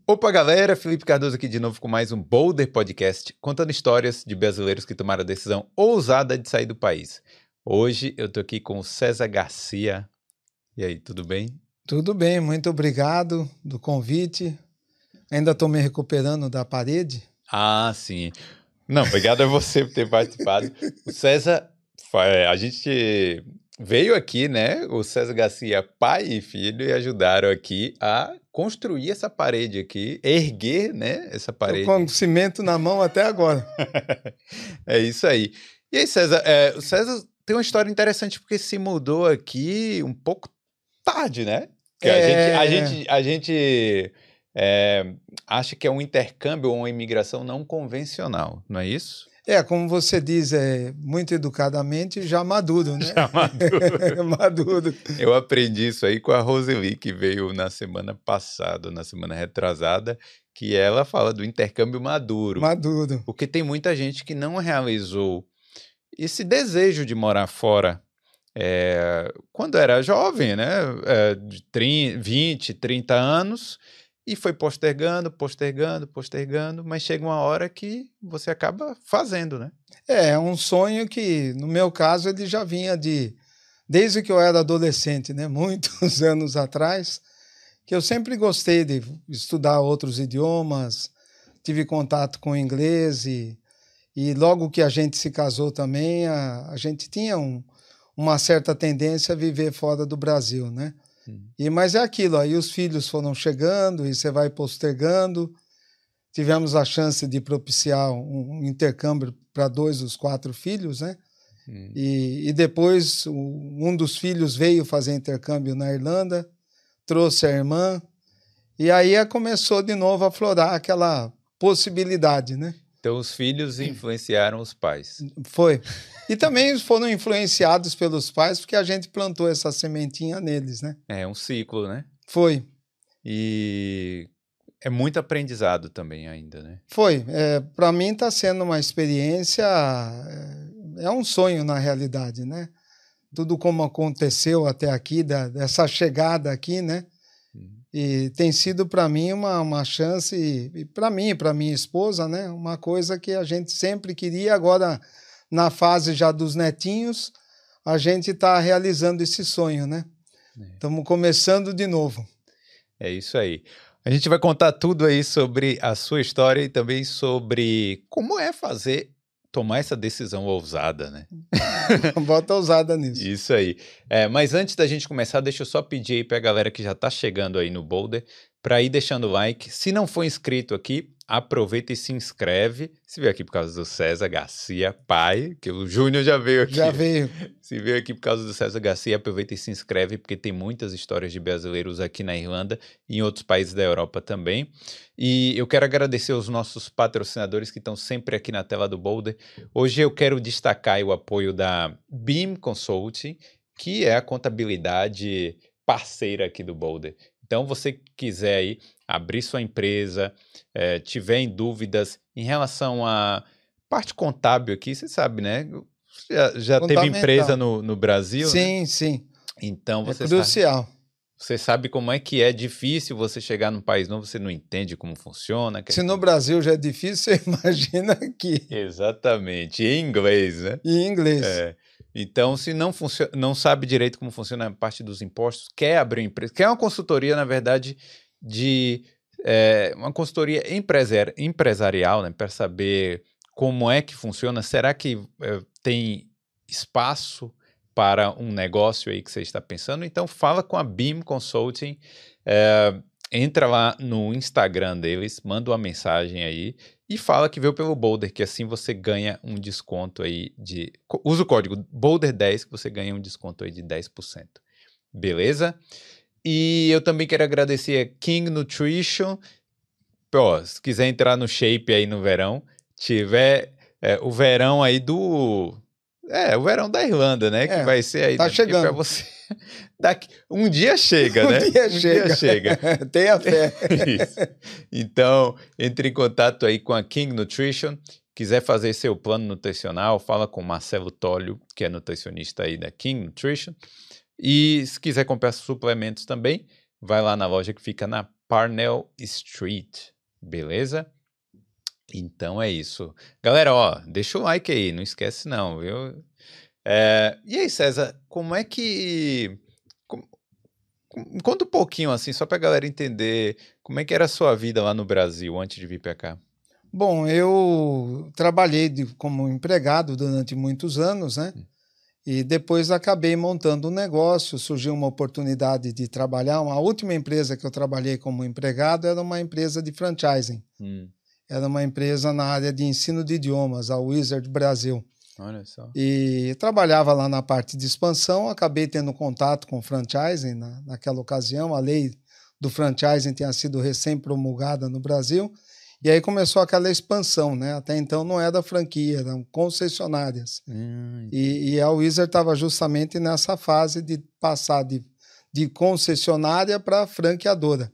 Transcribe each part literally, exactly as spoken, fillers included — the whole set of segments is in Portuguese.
Opa, galera! Felipe Cardoso aqui de novo com mais um Boulder Podcast, contando histórias de brasileiros que tomaram a decisão ousada de sair do país. Hoje eu tô aqui com o César Garcia. E aí, tudo bem? Tudo bem, muito obrigado do convite. Ainda estou me recuperando da parede. Ah, sim. Não, obrigado a você por ter participado. O César, a gente veio aqui, né? O César Garcia, pai e filho, e ajudaram aqui a construir essa parede aqui, erguer, né, essa parede. Estou com cimento na mão até agora. É isso aí. E aí, César, é, o César tem uma história interessante porque se mudou aqui um pouco tarde, né? Que É... a gente, a gente, a gente é, acha que é um intercâmbio ou uma imigração não convencional, não é isso? É, como você diz, é, muito educadamente, já maduro, né? Já maduro. Maduro. Eu aprendi isso aí com a Roseli, que veio na semana passada, na semana retrasada, que ela fala do intercâmbio maduro. Maduro. Porque tem muita gente que não realizou esse desejo de morar fora é, quando era jovem, né? É, de trinta, vinte, trinta anos, e foi postergando, postergando, postergando, mas chega uma hora que você acaba fazendo, né? É, é um sonho que, no meu caso, ele já vinha de... Desde que eu era adolescente, né? Muitos anos atrás, que eu sempre gostei de estudar outros idiomas, tive contato com o inglês e, e logo que a gente se casou também, a, a gente tinha um, uma certa tendência a viver fora do Brasil, né? E, mas é aquilo, aí os filhos foram chegando e você vai postergando. Tivemos a chance de propiciar um, um intercâmbio para dois dos quatro filhos, né? Hum. E, e depois o, um dos filhos veio fazer intercâmbio na Irlanda, trouxe a irmã, e aí começou de novo a aflorar aquela possibilidade, né? Então os filhos influenciaram os pais. Foi. E também foram influenciados pelos pais, porque a gente plantou essa sementinha neles, né? É um ciclo, né? Foi. E é muito aprendizado também ainda, né? Foi. É, para mim está sendo uma experiência, é, é um sonho na realidade, né? Tudo como aconteceu até aqui, da, dessa chegada aqui, né? E tem sido para mim uma, uma chance, e para mim e para minha esposa, né, uma coisa que a gente sempre queria. Agora, na fase já dos netinhos, a gente está realizando esse sonho, né? Estamos é. começando de novo. É isso aí. A gente vai contar tudo aí sobre a sua história e também sobre como é fazer, tomar essa decisão ousada, né? Bota ousada nisso. Isso aí. É, mas antes da gente começar, deixa eu só pedir aí pra galera que já tá chegando aí no Boulder para ir deixando o like. Se não for inscrito aqui, aproveita e se inscreve. Se veio aqui por causa do César Garcia, pai, que o Júnior já veio aqui. Já veio. Se veio aqui por causa do César Garcia, aproveita e se inscreve, porque tem muitas histórias de brasileiros aqui na Irlanda e em outros países da Europa também. E eu quero agradecer aos nossos patrocinadores que estão sempre aqui na tela do Boulder. Hoje eu quero destacar o apoio da Beam Consulting, que é a contabilidade parceira aqui do Boulder. Então, você que quiser aí abrir sua empresa, é, tiver em dúvidas em relação à parte contábil aqui, você sabe, né? Já, já teve empresa no, no Brasil? Sim, né? sim. Então, você é crucial. Sabe, você sabe como é que é difícil você chegar num país novo, você não entende como funciona. Se no Brasil já é difícil, você imagina aqui. Exatamente. Em inglês, né? Em inglês. É. Então, se não, não sabe direito como funciona a parte dos impostos, quer abrir uma empresa, quer uma consultoria, na verdade, de é, uma consultoria empresari empresarial, né, para saber como é que funciona, será que é, tem espaço para um negócio aí que você está pensando? Então, fala com a Beam Consulting, é, entra lá no Instagram deles, manda uma mensagem aí e fala que veio pelo Boulder, que assim você ganha um desconto aí de... Usa o código Boulder dez que você ganha um desconto aí de dez por cento. Beleza? E eu também quero agradecer a King Nutrition. Pô, se quiser entrar no shape aí no verão, tiver é, o verão aí do... É, o verão da Irlanda, né? É, que vai ser aí tá chegando para você. Daqui, um dia chega, um né? Dia um chega. dia chega. Tenha fé. Isso. Então, entre em contato aí com a King Nutrition. Quiser fazer seu plano nutricional, fala com o Marcelo Tólio, que é nutricionista aí da King Nutrition. E se quiser comprar suplementos também, vai lá na loja que fica na Parnell Street, beleza? Então é isso. Galera, ó, deixa o like aí, não esquece não, viu? É, e aí, César, como é que... Como, conta um pouquinho, assim, só pra galera entender como é que era a sua vida lá no Brasil antes de vir pra cá. Bom, eu trabalhei de, como empregado durante muitos anos, né? Hum. E depois acabei montando um negócio, surgiu uma oportunidade de trabalhar. A última empresa que eu trabalhei como empregado era uma empresa de franchising. Hum. Era uma empresa na área de ensino de idiomas, a Wizard Brasil. Olha só. E trabalhava lá na parte de expansão, acabei tendo contato com franchising na, naquela ocasião. A lei do franchising tinha sido recém-promulgada no Brasil. E aí começou aquela expansão, né? Até então não era franquia, eram concessionárias. Hum, e, e a Wizard estava justamente nessa fase de passar de, de concessionária para franqueadora.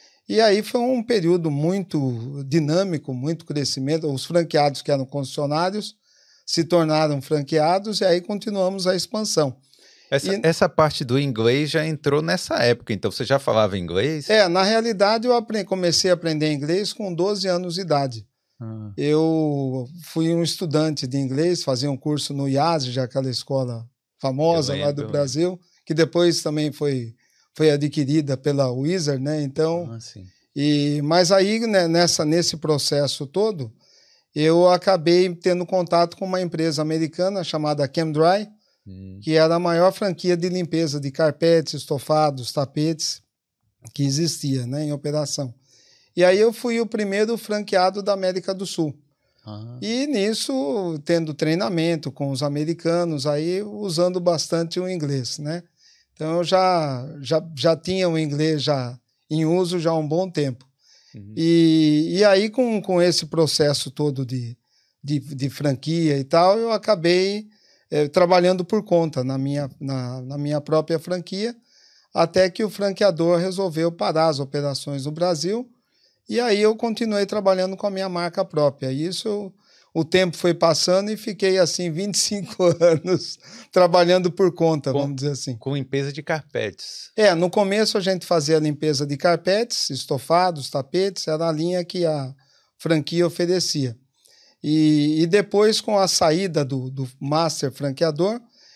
E aí foi um período muito dinâmico, muito crescimento. Os franqueados que eram concessionários se tornaram franqueados e aí continuamos a expansão. Essa, e, essa parte do inglês já entrou nessa época, então você já falava inglês? É, na realidade eu aprendi, comecei a aprender inglês com doze anos de idade. Ah. Eu fui um estudante de inglês, fazia um curso no I A S, já aquela escola famosa lembro, lá do Brasil, que depois também foi, foi adquirida pela Wizard, né? Então, ah, sim. E, mas aí, né, nessa, nesse processo todo, eu acabei tendo contato com uma empresa americana chamada ChemDry, hum. que era a maior franquia de limpeza de carpetes, estofados, tapetes que existia, né, em operação. E aí eu fui o primeiro franqueado da América do Sul. Ah. E nisso, tendo treinamento com os americanos, aí usando bastante o inglês, né? Então eu já, já, já tinha o inglês já em uso já há um bom tempo. Uhum. E, e aí, com, com esse processo todo de, de, de franquia e tal, eu acabei é, trabalhando por conta na minha, na, na minha própria franquia, até que o franqueador resolveu parar as operações no Brasil, e aí eu continuei trabalhando com a minha marca própria. Isso, o tempo foi passando e fiquei assim vinte e cinco anos trabalhando por conta, com, vamos dizer assim. Com limpeza de carpetes. É, no começo a gente fazia a limpeza de carpetes, estofados, tapetes, era a linha que a franquia oferecia. E, e depois, com a saída do, do master franqueador,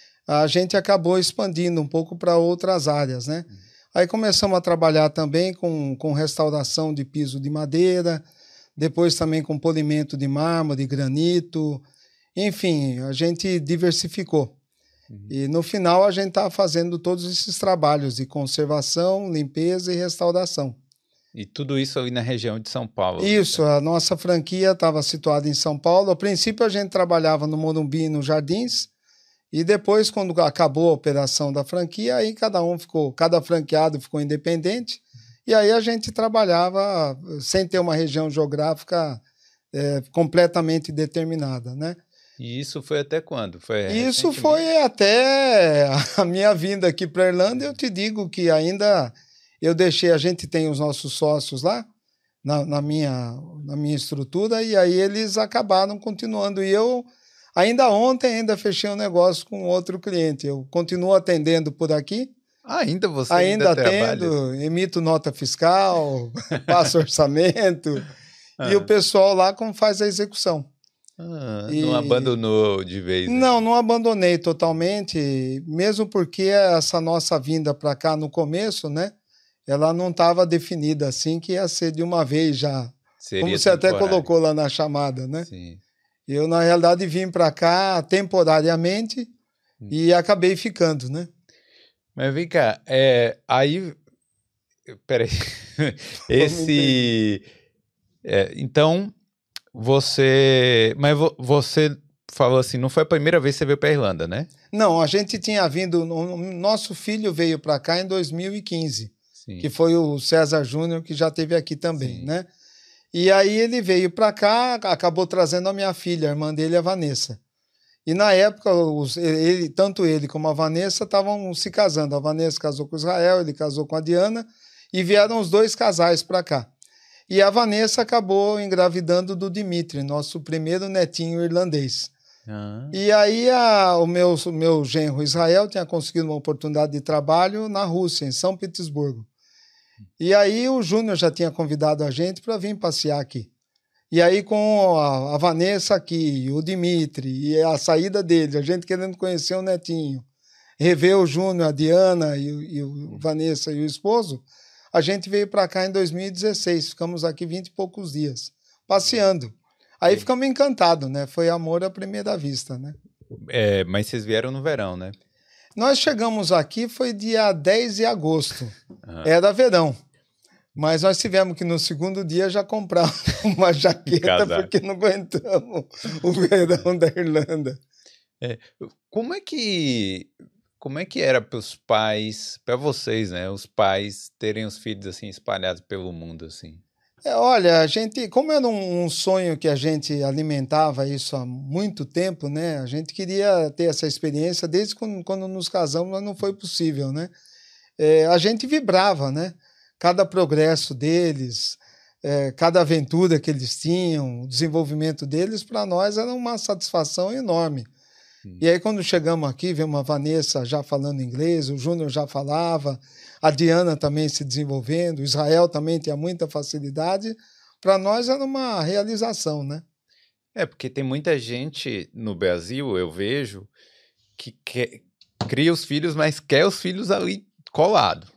a gente acabou expandindo um pouco para outras áreas, né? Uhum. Aí começamos a trabalhar também com, com restauração de piso de madeira, depois também com polimento de mármore, granito, enfim, a gente diversificou. Uhum. E no final a gente está fazendo todos esses trabalhos de conservação, limpeza e restauração. E tudo isso ali na região de São Paulo? Isso, a nossa franquia estava situada em São Paulo. A princípio a gente trabalhava no Morumbi e nos Jardins, e depois, quando acabou a operação da franquia, aí cada um ficou, cada franqueado ficou independente, e aí a gente trabalhava sem ter uma região geográfica é, completamente determinada, né? E isso foi até quando? Foi isso foi até a minha vinda aqui para a Irlanda. Eu te digo que ainda eu deixei, a gente tem os nossos sócios lá na, na, minha, na minha estrutura, e aí eles acabaram continuando, e eu ainda ontem ainda fechei um negócio com outro cliente. Eu continuo atendendo por aqui. Ah, ainda você ainda, ainda atendo, trabalha? Emito nota fiscal, passo orçamento, ah. e o pessoal lá como faz a execução. Ah, e... Não abandonou de vez? Né? Não, não abandonei totalmente, mesmo porque essa nossa vinda para cá no começo, né, ela não estava definida assim, que ia ser de uma vez já, seria como você temporário. Até colocou lá na chamada, né? Sim. Eu, na realidade, vim para cá temporariamente hum. e acabei ficando, né? Mas vem cá, é, aí... Peraí. Esse... É, então, você... Mas você falou assim, não foi a primeira vez que você veio para a Irlanda, né? Não, a gente tinha vindo... Nosso filho veio para cá em dois mil e quinze, Sim. que foi o César Júnior, que já esteve aqui também, Sim. né? E aí ele veio para cá, acabou trazendo a minha filha, a irmã dele, a Vanessa. E na época, os, ele, tanto ele como a Vanessa estavam se casando. A Vanessa casou com o Israel, ele casou com a Diana, e vieram os dois casais para cá. E a Vanessa acabou engravidando do Dimitri, nosso primeiro netinho irlandês. Ah. E aí a, o meu, o meu genro Israel tinha conseguido uma oportunidade de trabalho na Rússia, em São Petersburgo. E aí o Júnior já tinha convidado a gente para vir passear aqui. E aí com a, a Vanessa aqui, o Dimitri, e a saída dele, a gente querendo conhecer o netinho, rever o Júnior, a Diana, e, e o Vanessa e o esposo, a gente veio para cá em dois mil e dezesseis, ficamos aqui vinte e poucos dias, passeando. Aí ficamos encantados, né? Foi amor à primeira vista, né? É, mas vocês vieram no verão, né? Nós chegamos aqui, foi dia dez de agosto, Uhum. era verão. Mas nós tivemos que no segundo dia já comprar uma jaqueta, Casaco. porque não aguentamos o verão da Irlanda. É, como é que como é que era para os pais, para vocês, né? Os pais terem os filhos assim espalhados pelo mundo assim? É, olha, a gente, como era um, um sonho que a gente alimentava isso há muito tempo, né? A gente queria ter essa experiência desde quando, quando nos casamos, mas não foi possível, né? É, a gente vibrava, né? Cada progresso deles, é, cada aventura que eles tinham, o desenvolvimento deles, para nós era uma satisfação enorme. Hum. E aí, quando chegamos aqui, vemos a Vanessa já falando inglês, o Júnior já falava, a Diana também se desenvolvendo, o Israel também tinha muita facilidade. Para nós era uma realização, né? É, porque tem muita gente no Brasil, eu vejo, que quer, cria os filhos, mas quer os filhos ali colado.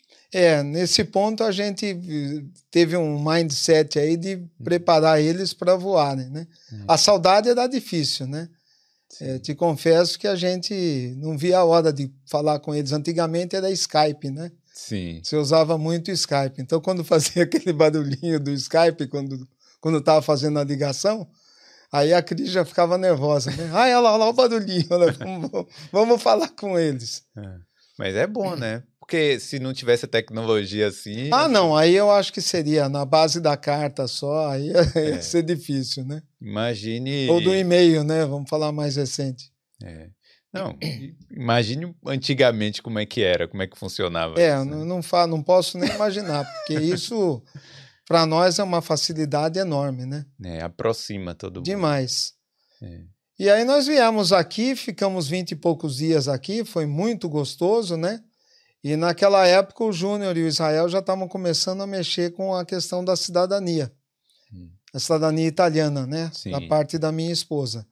É, nesse ponto a gente teve um mindset aí de preparar eles para voarem, né? Uhum. A saudade era difícil, né? É, te confesso que a gente não via a hora de falar com eles. Antigamente era Skype, né? Sim. Você usava muito Skype. Então, quando fazia aquele barulhinho do Skype, quando quando estava fazendo a ligação, aí a Cris já ficava nervosa, né? Ah, olha lá, olha lá o barulhinho, olha, vamos, vamos falar com eles. É. Mas é bom, né? Porque se não tivesse a tecnologia assim... Ah, não, aí eu acho que seria na base da carta só, aí ia, é. ia ser difícil, né? Imagine... Ou do e-mail, né? Vamos falar mais recente. É. Não, imagine antigamente como é que era, como é que funcionava. É, isso, não, né? não, fa, não posso nem imaginar, porque isso, para nós, é uma facilidade enorme, né? É, aproxima todo mundo. Demais. É. E aí nós viemos aqui, ficamos vinte e poucos dias aqui, foi muito gostoso, né? E naquela época o Júnior e o Israel já estavam começando a mexer com a questão da cidadania. Hum. A cidadania italiana, né? Sim. Da parte da minha esposa.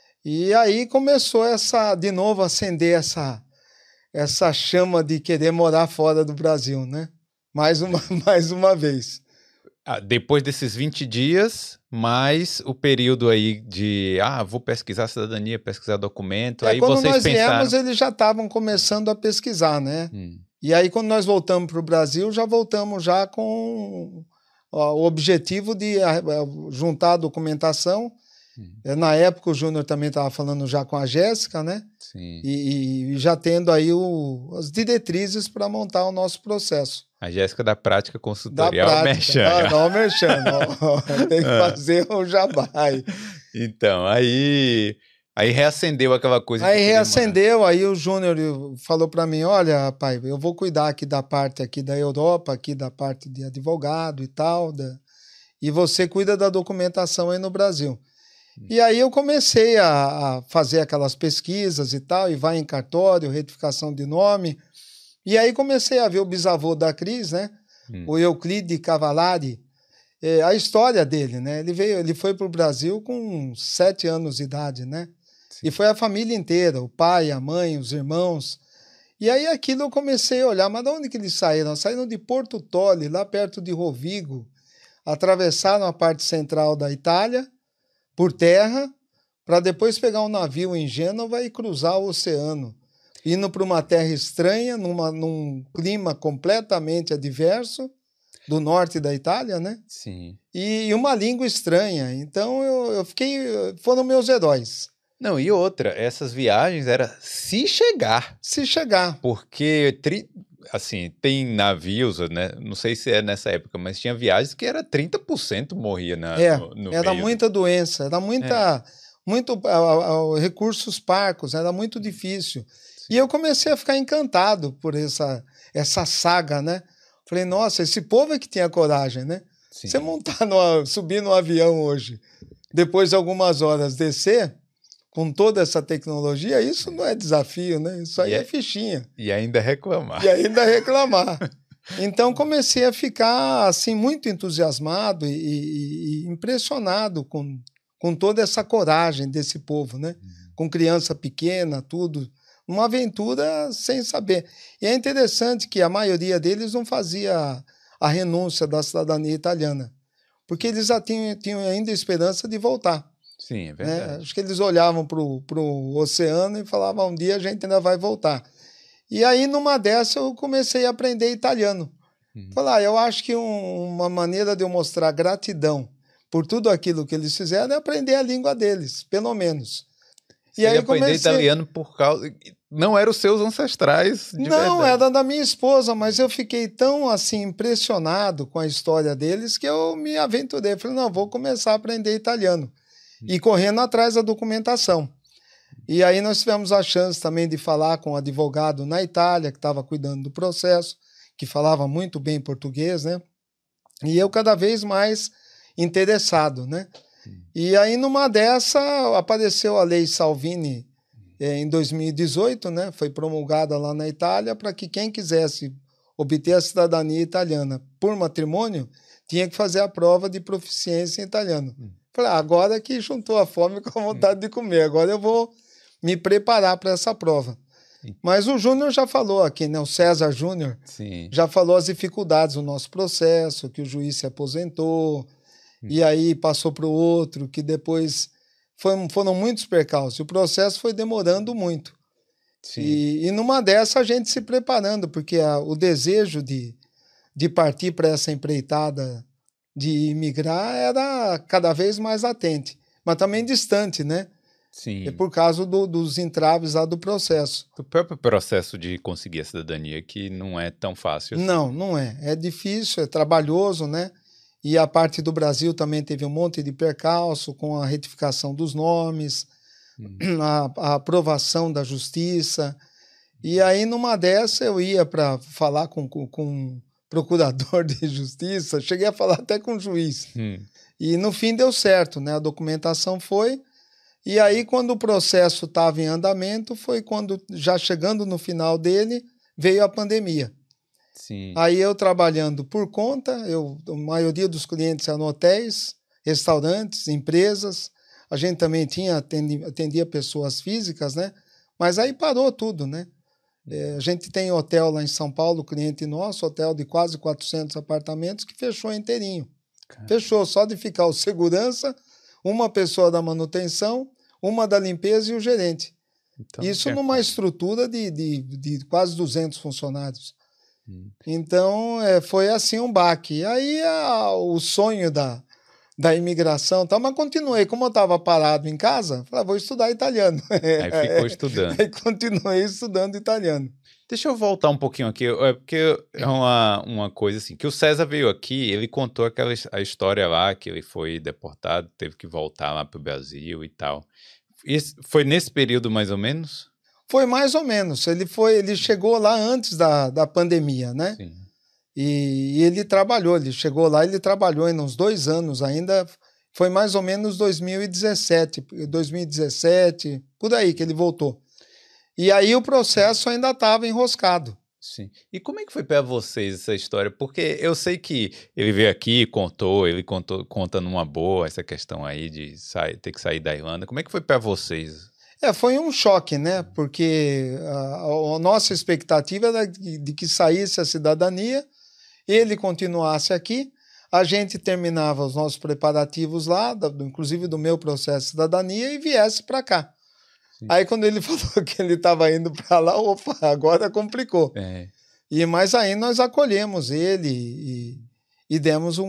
E aí começou essa, de novo, acender essa, essa chama de querer morar fora do Brasil, né? Mais uma, mais uma vez. Ah, depois desses vinte dias, mais o período aí de, ah, vou pesquisar cidadania, pesquisar documento, é, aí quando vocês nós pensaram... viemos, eles já estavam começando a pesquisar, né? Hum. E aí, quando nós voltamos para o Brasil, já voltamos já com ó, o objetivo de a, a, juntar a documentação. Hum. Na época, o Júnior também estava falando já com a Jéssica, né? Sim. E, e já tendo aí o, as diretrizes para montar o nosso processo. A Jéssica da Prática Consultoria, da prática. Ah, não, merchan, não. Tem que fazer o jabá. Então, aí, aí reacendeu aquela coisa. Aí reacendeu, aí o Júnior falou para mim, olha, pai, eu vou cuidar aqui da parte aqui da Europa, aqui da parte de advogado e tal, da... e você cuida da documentação aí no Brasil. Hum. E aí eu comecei a, a fazer aquelas pesquisas e tal, e vai em cartório, retificação de nome. E aí comecei a ver o bisavô da Cris, né? Hum. O Euclide Cavallari, é, a história dele, né? Ele veio, ele foi para o Brasil com sete anos de idade, né? Sim. E foi a família inteira, o pai, a mãe, os irmãos. E aí aquilo eu comecei a olhar, mas de onde que eles saíram? Saíram de Porto Tolle, lá perto de Rovigo, atravessaram a parte central da Itália, por terra, para depois pegar um navio em Gênova e cruzar o oceano. Indo para uma terra estranha, numa, num clima completamente adverso, do norte da Itália, né? Sim. E uma língua estranha. Então, eu, eu fiquei... Foram meus heróis. Não, e outra, essas viagens era se chegar. Se chegar. Porque, tri, assim, tem navios, né? Não sei se é nessa época, mas tinha viagens que era trinta por cento morria na, é, no, no era meio. muita doença, era muita... É. Muito, uh, uh, recursos parcos, era muito difícil. E eu comecei a ficar encantado por essa, essa saga, né? Falei, nossa, esse povo é que tinha coragem, né? Sim. Você montar no, subir no avião hoje, depois de algumas horas descer, com toda essa tecnologia, isso não é desafio, né? Isso aí é, é fichinha. E ainda reclamar. E ainda reclamar. Então comecei a ficar assim muito entusiasmado e, e- e impressionado com, com toda essa coragem desse povo, né? Com criança pequena, tudo. Uma aventura sem saber. E é interessante que a maioria deles não fazia a renúncia da cidadania italiana, porque eles já tinham, tinham ainda esperança de voltar. Sim, é Né? verdade. Acho que eles olhavam para o oceano e falavam, um dia a gente ainda vai voltar. E aí, numa dessa, eu comecei a aprender italiano. Uhum. Falar, ah, eu acho que um, uma maneira de eu mostrar gratidão por tudo aquilo que eles fizeram é aprender a língua deles, pelo menos. Você E aí aprender comecei... italiano por causa... Não eram os seus ancestrais, de Não, verdade. era da minha esposa, mas eu fiquei tão assim impressionado com a história deles que eu me aventurei. Falei, não, vou começar a aprender italiano. E correndo atrás da documentação. E aí nós tivemos a chance também de falar com um advogado na Itália, que estava cuidando do processo, que falava muito bem português, né? E eu cada vez mais interessado, né? E aí numa dessa apareceu a Lei Salvini eh, em dois mil e dezoito, né? Foi promulgada lá na Itália para que quem quisesse obter a cidadania italiana por matrimônio tinha que fazer a prova de proficiência em italiano. Hum. Falei, ah, agora que juntou a fome com a vontade de comer, agora eu vou me preparar para essa prova. Sim. Mas o Júnior já falou aqui, né? O César Júnior já falou as dificuldades do nosso processo, que o juiz se aposentou, hum. e aí passou para o outro, que depois foi, foram muitos percalços. O processo foi demorando muito. Sim. E, e numa dessa a gente se preparando, porque a, o desejo de, de partir para essa empreitada de imigrar era cada vez mais latente, mas também distante, né? Sim. É por causa do, dos entraves lá do processo. O próprio processo de conseguir a cidadania que não é tão fácil assim. Não, não é. É difícil, é trabalhoso, né? E a parte do Brasil também teve um monte de percalço com a retificação dos nomes, hum. a, a aprovação da justiça. E aí, numa dessa, eu ia para falar com, com, com um procurador de justiça, cheguei a falar até com o juiz. Hum. E no fim deu certo, né? A documentação foi... E aí, quando o processo estava em andamento, foi quando, já chegando no final dele, veio a pandemia. Sim. Aí eu trabalhando por conta, eu, a maioria dos clientes eram hotéis, restaurantes, empresas. A gente também tinha, atendia, atendia pessoas físicas, né? Mas aí parou tudo, né? É, a gente tem hotel lá em São Paulo, cliente nosso, hotel de quase quatrocentos apartamentos, que fechou inteirinho. Caramba. Fechou, só de ficar o segurança, uma pessoa da manutenção, uma da limpeza e o gerente. Então, isso numa como. estrutura de, de, de quase duzentos funcionários. Hum. Então, é, foi assim um baque. Aí a, o sonho da, da imigração, tá, mas continuei. Como eu estava parado em casa, falei, vou estudar italiano. Aí ficou estudando. Aí continuei estudando italiano. Deixa eu voltar um pouquinho aqui, é porque é uma, uma coisa assim, que o César veio aqui, ele contou aquela a história lá, que ele foi deportado, teve que voltar lá para o Brasil e tal. Isso, foi nesse período mais ou menos? Foi mais ou menos, ele, foi, ele chegou lá antes da, da pandemia, né? Sim. E, e ele trabalhou, ele chegou lá, ele trabalhou em uns dois anos ainda, foi mais ou menos dois mil e dezessete, dois mil e dezessete, por aí que ele voltou. E aí o processo ainda estava enroscado. Sim. E como é que foi para vocês essa história? Porque eu sei que ele veio aqui, contou, ele contou, conta numa boa essa questão aí de sair, ter que sair da Irlanda. Como é que foi para vocês? É, foi um choque, né? Porque a, a nossa expectativa era de, de que saísse a cidadania, ele continuasse aqui, a gente terminava os nossos preparativos lá, do, inclusive do meu processo de cidadania, e viesse para cá. Sim. Aí quando ele falou que ele estava indo para lá, opa, agora complicou. É. E, mas aí nós acolhemos ele e, e demos um,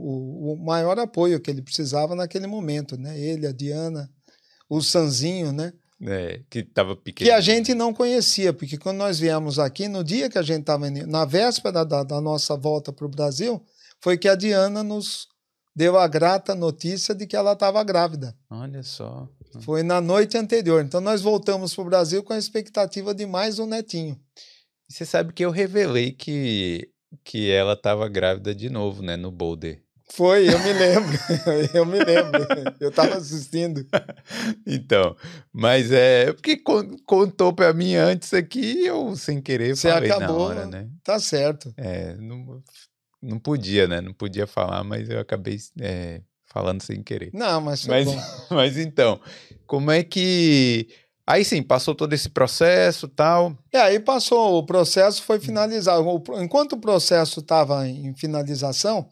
o, o maior apoio que ele precisava naquele momento, né? Ele, a Diana, o Sanzinho, né? É, que estava pequeno. Que a gente não conhecia, porque quando nós viemos aqui, no dia que a gente estava, na véspera da, da nossa volta para o Brasil, foi que a Diana nos deu a grata notícia de que ela estava grávida. Olha só. Foi na noite anterior. Então, nós voltamos para o Brasil com a expectativa de mais um netinho. Você sabe que eu revelei que, que ela estava grávida de novo, né, no Boulder. Foi, eu me lembro, eu me lembro, eu estava assistindo. Então, mas é porque con- contou para mim antes aqui, eu sem querer Você falei na acabou, hora, né? tá certo. É, não, não podia, né? Não podia falar, mas eu acabei é, falando sem querer. Não, mas foi Mas, bom. mas então, como é que... Aí sim, passou todo esse processo e tal. É, aí passou, o processo foi finalizado. O pro- Enquanto o processo estava em finalização,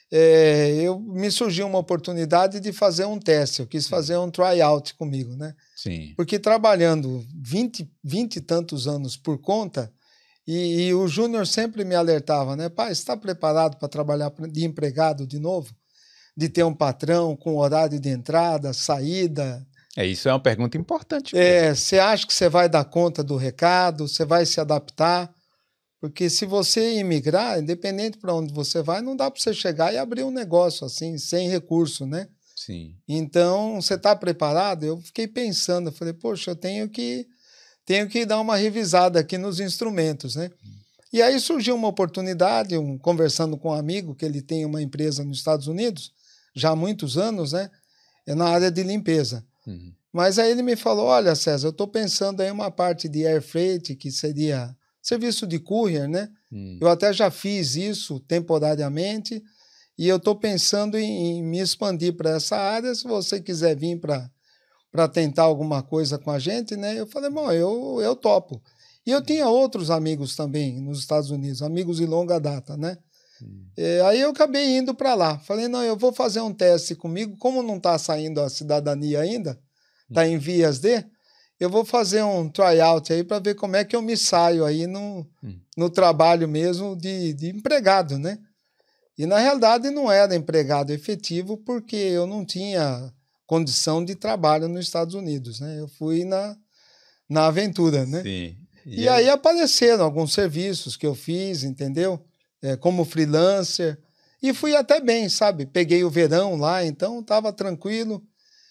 é, eu, me surgiu uma oportunidade de fazer um teste. Eu quis fazer um tryout comigo, né? Sim. Porque trabalhando vinte, vinte e tantos anos por conta, e, e o Júnior sempre me alertava, né? Pai, você está preparado para trabalhar de empregado de novo? De ter um patrão com horário de entrada, saída? É, isso é uma pergunta importante mesmo. É, você acha que você vai dar conta do recado? Você vai se adaptar? Porque se você imigrar, independente para onde você vai, não dá para você chegar e abrir um negócio assim, sem recurso, né? Sim. Então, você está preparado? Eu fiquei pensando, eu falei, poxa, eu tenho que, tenho que dar uma revisada aqui nos instrumentos, né? E aí surgiu uma oportunidade, um, conversando com um amigo, que ele tem uma empresa nos Estados Unidos, já há muitos anos, né? É na área de limpeza. Uhum. Mas aí ele me falou, olha, César, eu estou pensando em uma parte de air freight, que seria serviço de courier, né? Uhum. Eu até já fiz isso temporariamente e eu estou pensando em, em me expandir para essa área. Se você quiser vir para tentar alguma coisa com a gente, né? Eu falei, bom, eu, eu topo. E eu tinha outros amigos também nos Estados Unidos, amigos de longa data, né? Uhum. É, aí eu acabei indo para lá. Falei, não, eu vou fazer um teste comigo. Como não está saindo a cidadania ainda, está em vias de, eu vou fazer um tryout aí para ver como é que eu me saio aí no, Hum. no trabalho mesmo de, de empregado, né? E na realidade não era empregado efetivo porque eu não tinha condição de trabalho nos Estados Unidos, né? Eu fui na, na aventura, né? Sim. E, e aí? aí apareceram alguns serviços que eu fiz, entendeu? É, como freelancer. E fui até bem, sabe? Peguei o verão lá, então estava tranquilo.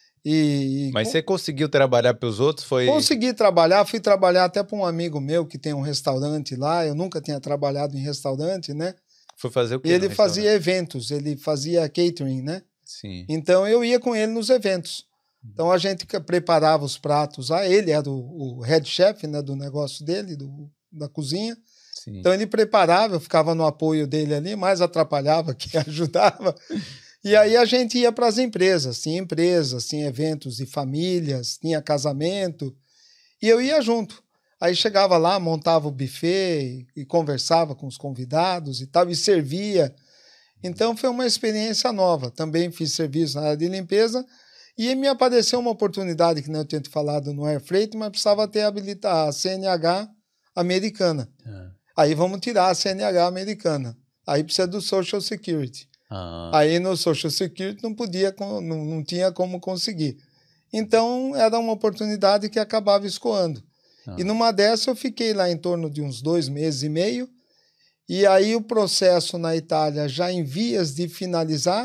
E, Mas você conseguiu trabalhar para os outros? Foi... Consegui trabalhar, fui trabalhar até para um amigo meu que tem um restaurante lá. Eu nunca tinha trabalhado em restaurante, né? Foi fazer o quê? E ele fazia eventos, ele fazia catering, né? Sim. Então eu ia com ele nos eventos. Então a gente preparava os pratos. Ah, ele era o, o head chef, né, do negócio dele, do, da cozinha. Sim. Então ele preparava, eu ficava no apoio dele ali, mais atrapalhava que ajudava. E aí a gente ia para as empresas, tinha empresas, tinha eventos de famílias, tinha casamento, e eu ia junto. Aí chegava lá, montava o buffet e, e conversava com os convidados e tal, e servia. Então foi uma experiência nova. Também fiz serviço na área de limpeza e me apareceu uma oportunidade, que não eu tinha te falado no Air Freight, mas precisava ter habilitar a C N H americana. Ah. Aí vamos tirar a C N H americana. Aí precisa do Social Security. Ah. Aí no Social Security não podia, não, não tinha como conseguir. Então era uma oportunidade que acabava escoando. Ah. E numa dessa eu fiquei lá em torno de uns dois meses e meio. E aí o processo na Itália já em vias de finalizar.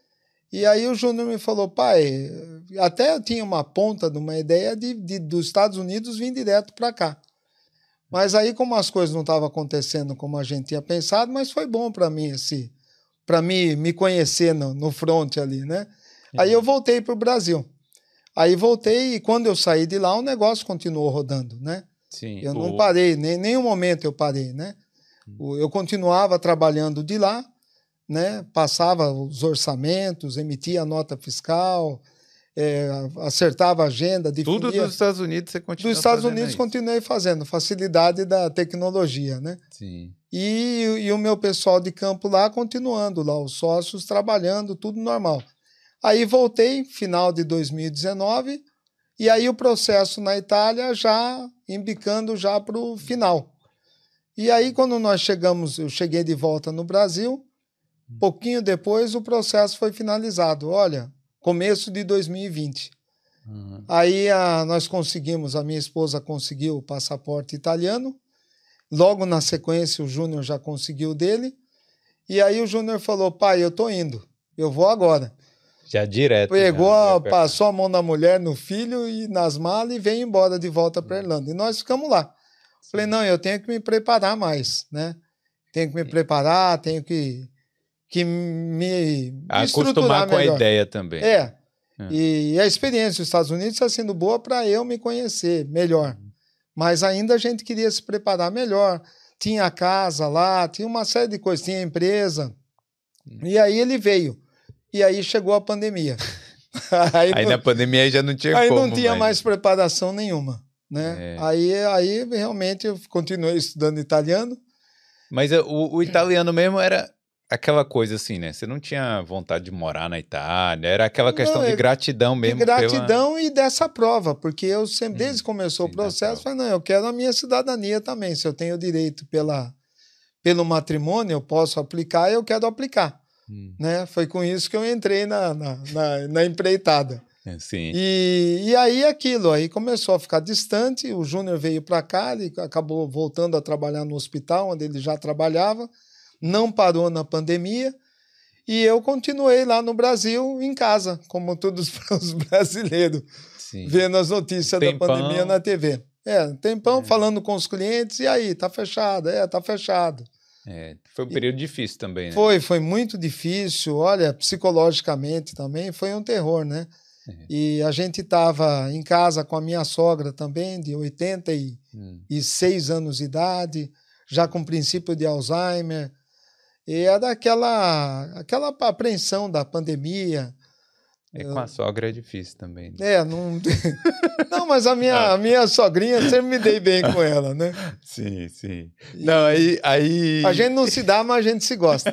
E aí o Júnior me falou, pai, até eu tinha uma ponta de uma ideia de, de dos Estados Unidos vir direto para cá. Mas aí como as coisas não estavam acontecendo como a gente tinha pensado, mas foi bom para mim esse... para me, me conhecer no, no front ali, né? É. Aí eu voltei para o Brasil. Aí voltei e quando eu saí de lá, o negócio continuou rodando, né? Sim. Eu o... não parei, nem nenhum momento eu parei, né? Hum. Eu continuava trabalhando de lá, né? Passava os orçamentos, emitia a nota fiscal, é, acertava a agenda, definia... Tudo dos Estados Unidos você continuou Dos Estados fazendo Unidos isso. Continuei fazendo, facilidade da tecnologia, né? Sim. E, e o meu pessoal de campo lá continuando, lá os sócios trabalhando, tudo normal. Aí voltei, final de dois mil e dezenove, e aí o processo na Itália já embicando já para o final. E aí quando nós chegamos, eu cheguei de volta no Brasil, pouquinho depois o processo foi finalizado, olha, começo de dois mil e vinte. Uhum. Aí a, nós conseguimos, a minha esposa conseguiu o passaporte italiano, logo na sequência o Júnior já conseguiu dele, e aí o Júnior falou, pai, eu tô indo, eu vou agora. Já direto. Pegou, já, a, passou a mão na mulher, no filho e nas malas e veio embora de volta para Irlanda. E nós ficamos lá. Falei, não, eu tenho que me preparar mais, né? Tenho que me preparar, tenho que, que me, me acostumar com melhor. a ideia também. É. é. E, e a experiência dos Estados Unidos está sendo boa para eu me conhecer melhor. Mas ainda a gente queria se preparar melhor. Tinha a casa lá, tinha uma série de coisas, tinha a empresa. E aí ele veio. E aí chegou a pandemia. aí aí não, na pandemia já não tinha aí como. Aí não tinha mas... mais preparação nenhuma. Né? É. Aí, aí realmente eu continuei estudando italiano. Mas o, o italiano mesmo era aquela coisa assim, né? Você não tinha vontade de morar na Itália, era aquela questão não, de gratidão mesmo. De gratidão pela... e dessa prova, porque eu sempre, desde que começou sim, o processo, falei, não, eu quero a minha cidadania também. Se eu tenho direito pela, pelo matrimônio, eu posso aplicar, eu quero aplicar. Hum. Né? Foi com isso que eu entrei na, na, na, na empreitada. Sim. E, e aí aquilo, aí começou a ficar distante, o Júnior veio para cá, ele acabou voltando a trabalhar no hospital, onde ele já trabalhava, não parou na pandemia, e eu continuei lá no Brasil, em casa, como todos os brasileiros, Sim. vendo as notícias tempão. da pandemia na T V. É, tempão é. falando com os clientes, e aí, tá fechado? É, tá fechado. É, foi um período e, difícil também, né? Foi, foi muito difícil, olha, psicologicamente também, foi um terror, né? E a gente estava em casa com a minha sogra também, de oitenta e seis hum. anos de idade, já com princípio de Alzheimer. E era aquela, aquela apreensão da pandemia. E com a sogra é difícil também. Né? É, não... não, mas a minha, a minha sogrinha sempre me dei bem com ela, né? Sim, sim. E não, aí, aí... A gente não se dá, mas a gente se gosta.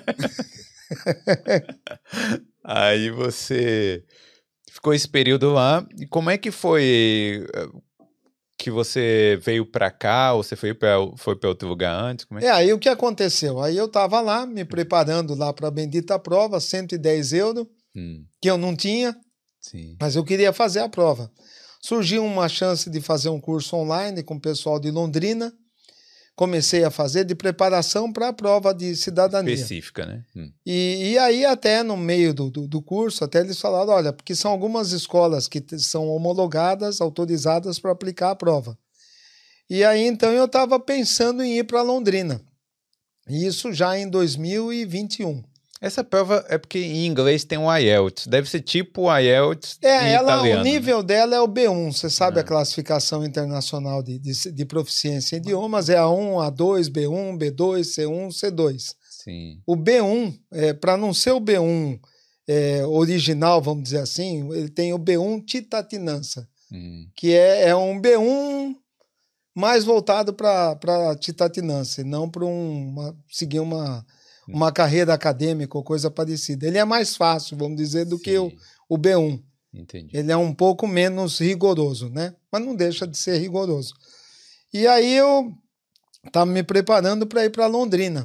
Aí você... Ficou esse período lá, e como é que foi que você veio para cá, ou você foi para foi para outro lugar antes? Como é, é, aí o que aconteceu? Aí eu estava lá, me preparando lá para a bendita prova, cento e dez euros, hum. que eu não tinha, Sim. mas eu queria fazer a prova. Surgiu uma chance de fazer um curso online com o pessoal de Londrina, comecei a fazer de preparação para a prova de cidadania. Específica, né? Hum. E, e aí até no meio do, do, do curso, até eles falaram, olha, porque são algumas escolas que são homologadas, autorizadas para aplicar a prova. E aí então eu estava pensando em ir para Londrina. E isso já em dois mil e vinte e um. Essa prova é porque em inglês tem um I E L T S. Deve ser tipo o I E L T S É, em ela, italiano, o nível né? dela é o B um. Você sabe é. a classificação internacional de, de, de proficiência em idiomas. É A um, A dois, B um, B dois, C um, C dois. Sim. O B um, é, para não ser o B um é, original, vamos dizer assim, ele tem o B um Titatinança, hum. que é, é um B um mais voltado para Titatinança, e não para um, uma, seguir uma... uma carreira acadêmica ou coisa parecida. Ele é mais fácil, vamos dizer, do Sim. que o, o B um. Entendi. Ele é um pouco menos rigoroso, né? Mas não deixa de ser rigoroso. E aí eu estava me preparando para ir para Londrina.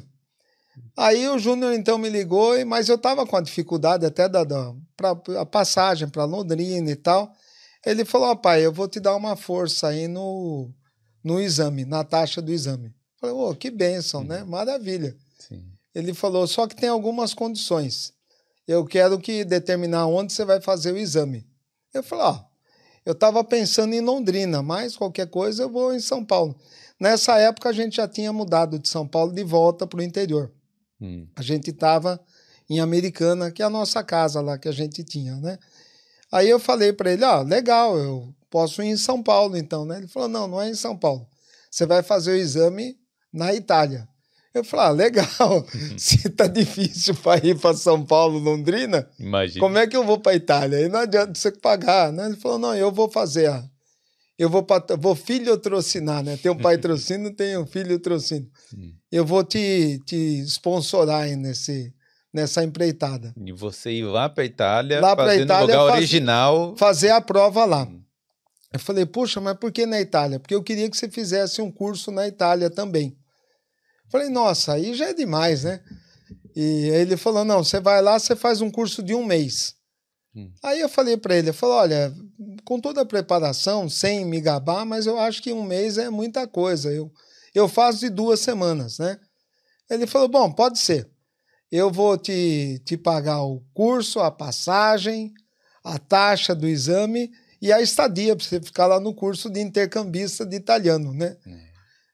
Aí o Júnior então me ligou, mas eu estava com a dificuldade até da, da pra, a passagem para Londrina e tal. Ele falou, ó, pai, eu vou te dar uma força aí no, no exame, na taxa do exame. Eu falei, ô, que bênção, hum. né? Maravilha. Sim. Ele falou, só que tem algumas condições. Eu quero que determinar onde você vai fazer o exame. Eu falei, ó, eu estava pensando em Londrina, mas qualquer coisa eu vou em São Paulo. Nessa época a gente já tinha mudado de São Paulo de volta para o interior. Hum. A gente estava em Americana, que é a nossa casa lá que a gente tinha, né? Aí eu falei para ele, ó, legal, eu posso ir em São Paulo então, né? Ele falou, não, não é em São Paulo. Você vai fazer o exame na Itália. Eu falei, ah, legal, se tá difícil para ir para São Paulo, Londrina, Imagina. Como é que eu vou para Itália? Aí não adianta você pagar, né? Ele falou, não, eu vou fazer, a... eu vou, pat... vou filhotrocinar, né? Tem um pai trocínio, tem um filho trocínio. Eu vou te, te sponsorar aí nesse, nessa empreitada. E você ir lá para Itália, lá fazer Itália, no lugar faz... original. Fazer a prova lá. Hum. Eu falei, puxa, mas por que na Itália? Porque eu queria que você fizesse um curso na Itália também. Falei, nossa, aí já é demais, né? E ele falou, não, você vai lá, você faz um curso de um mês. Hum. Aí eu falei para ele, eu falei, olha, com toda a preparação, sem me gabar, mas eu acho que um mês é muita coisa. Eu, eu faço de duas semanas, né? Ele falou, bom, pode ser. Eu vou te, te pagar o curso, a passagem, a taxa do exame e a estadia para você ficar lá no curso de intercambista de italiano, né? Hum.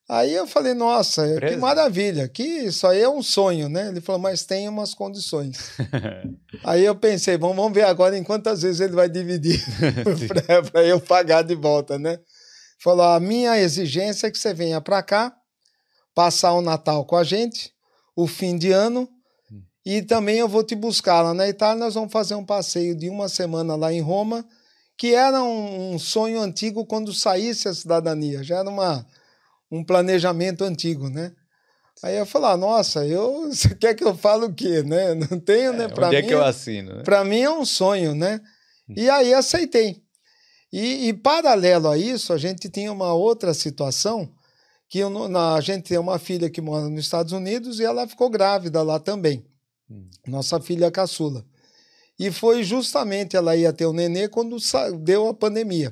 Aí eu falei, nossa, Presa. que maravilha, que isso aí é um sonho, né? Ele falou, mas tem umas condições. Aí eu pensei, bom, vamos ver agora em quantas vezes ele vai dividir para eu pagar de volta, né? Falou, a minha exigência é que você venha para cá, passar o Natal com a gente, o fim de ano, hum. e também eu vou te buscar lá na Itália, nós vamos fazer um passeio de uma semana lá em Roma, que era um, um sonho antigo quando saísse a cidadania, já era uma... um planejamento antigo, né? Aí eu falei, ah, nossa, eu, você quer que eu fale o quê, né? Não tenho, é, né? Para mim, é que eu assino, né? Para mim é um sonho, né? E aí aceitei. E, e paralelo a isso, a gente tinha uma outra situação, que eu, na, a gente tem uma filha que mora nos Estados Unidos e ela ficou grávida lá também. Hum. Nossa filha caçula. E foi justamente, ela ia ter o nenê quando deu a pandemia.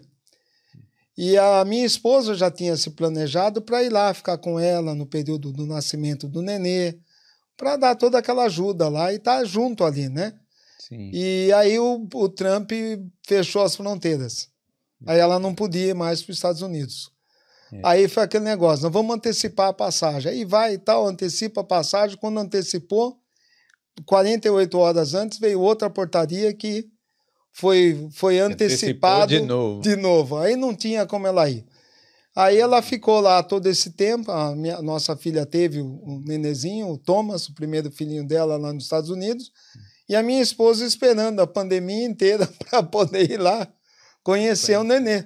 E a minha esposa já tinha se planejado para ir lá ficar com ela no período do nascimento do nenê, para dar toda aquela ajuda lá e estar tá junto ali, né? Sim. E aí o, o Trump fechou as fronteiras. Aí ela não podia ir mais para os Estados Unidos. É. Aí foi aquele negócio, nós vamos antecipar a passagem. Aí vai e tal, antecipa a passagem. Quando antecipou, quarenta e oito horas antes, veio outra portaria que Foi, foi antecipado de novo. de novo. Aí não tinha como ela ir. Aí ela ficou lá todo esse tempo. A minha, nossa filha teve o, o nenezinho, o Thomas, o primeiro filhinho dela lá nos Estados Unidos. E a minha esposa esperando a pandemia inteira para poder ir lá conhecer Foi. o nenê.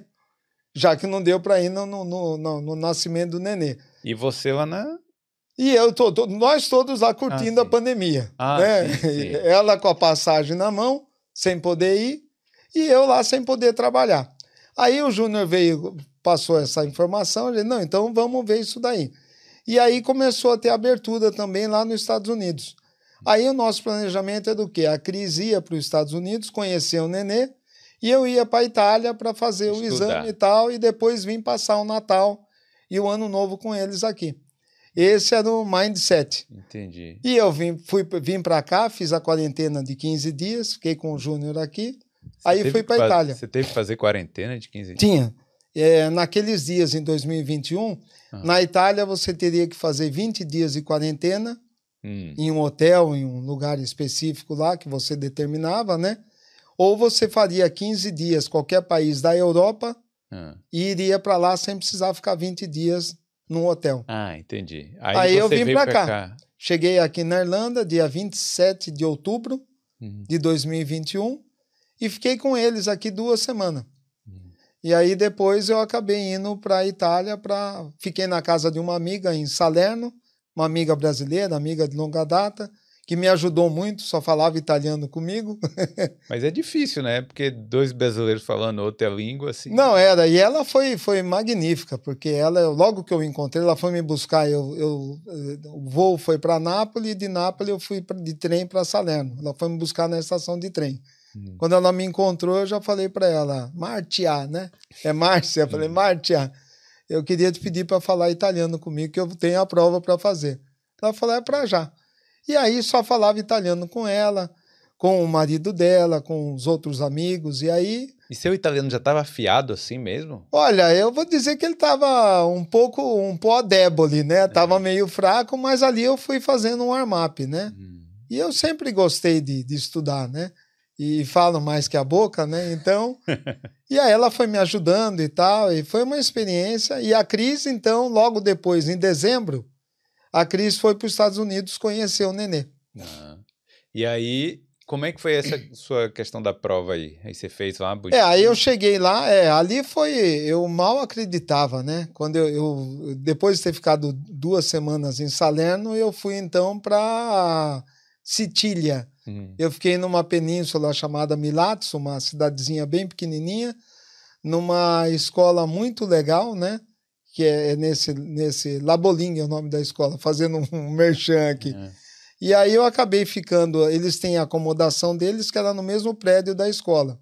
Já que não deu para ir no, no, no, no, no nascimento do nenê. E você lá na... E eu tô, tô, nós todos lá curtindo ah, a pandemia. Ah, né? sim, sim. Ela com a passagem na mão, sem poder ir, e eu lá sem poder trabalhar. Aí o Júnior veio, passou essa informação, ele disse, não, então vamos ver isso daí. E aí começou a ter abertura também lá nos Estados Unidos. Aí o nosso planejamento é do quê? A Cris ia para os Estados Unidos, conhecer o nenê, e eu ia para a Itália para fazer Estudar. o exame e tal, e depois vim passar o Natal e o Ano Novo com eles aqui. Esse era o mindset. Entendi. E eu vim, fui, vim para cá, fiz a quarentena de quinze dias, fiquei com o Júnior aqui, você aí fui para a Itália. Você teve que fazer quarentena de quinze dias? Tinha. É, naqueles dias, em dois mil e vinte e um, ah. na Itália você teria que fazer vinte dias de quarentena hum. em um hotel, em um lugar específico lá que você determinava, né? Ou você faria quinze dias, qualquer país da Europa, ah. e iria para lá sem precisar ficar vinte dias num hotel. Ah, entendi. Aí, Aí você eu vim para cá. cá. Cheguei aqui na Irlanda, dia vinte e sete de outubro uhum. de dois mil e vinte e um, e fiquei com eles aqui duas semanas. Uhum. E aí depois eu acabei indo para a Itália, pra... fiquei na casa de uma amiga em Salerno, uma amiga brasileira, amiga de longa data, que me ajudou muito, só falava italiano comigo. Mas é difícil, né? Porque dois brasileiros falando outra língua, assim... Não, era. E ela foi, foi magnífica, porque ela, logo que eu encontrei, ela foi me buscar. Eu, eu, o voo foi para Nápoles, e de Nápoles eu fui pra, de trem para Salerno. Ela foi me buscar na estação de trem. Hum. Quando ela me encontrou, eu já falei para ela, Martia, né? É Márcia. Eu falei, hum. Martia, eu queria te pedir para falar italiano comigo, que eu tenho a prova para fazer. Ela falou, é para já. E aí só falava italiano com ela, com o marido dela, com os outros amigos, e aí... E seu italiano já estava afiado assim mesmo? Olha, eu vou dizer que ele estava um pouco, um pó débole, né? Tava é. meio fraco, mas ali eu fui fazendo um warm-up, né? Hum. E eu sempre gostei de, de estudar, né? E falo mais que a boca, né? Então... e aí ela foi me ajudando e tal, e foi uma experiência. E a Cris, então, logo depois, em dezembro, a Cris foi para os Estados Unidos conhecer o nenê. Ah. E aí, como é que foi essa sua questão da prova aí? Aí você fez lá? Bonitinho. É, aí eu cheguei lá, é, ali foi, eu mal acreditava, né? Quando eu, eu, depois de ter ficado duas semanas em Salerno, eu fui então para Sicília. Uhum. Eu fiquei numa península chamada Milazzo, uma cidadezinha bem pequenininha, numa escola muito legal, né? Que é nesse, nesse Labolim, é o nome da escola, fazendo um merchan aqui. Uhum. E aí eu acabei ficando, eles têm a acomodação deles, que era no mesmo prédio da escola.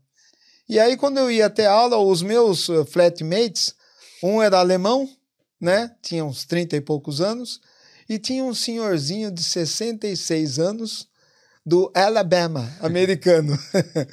E aí quando eu ia ter aula, os meus flatmates, um era alemão, né, tinha uns trinta e poucos anos, e tinha um senhorzinho de sessenta e seis anos, do Alabama, americano.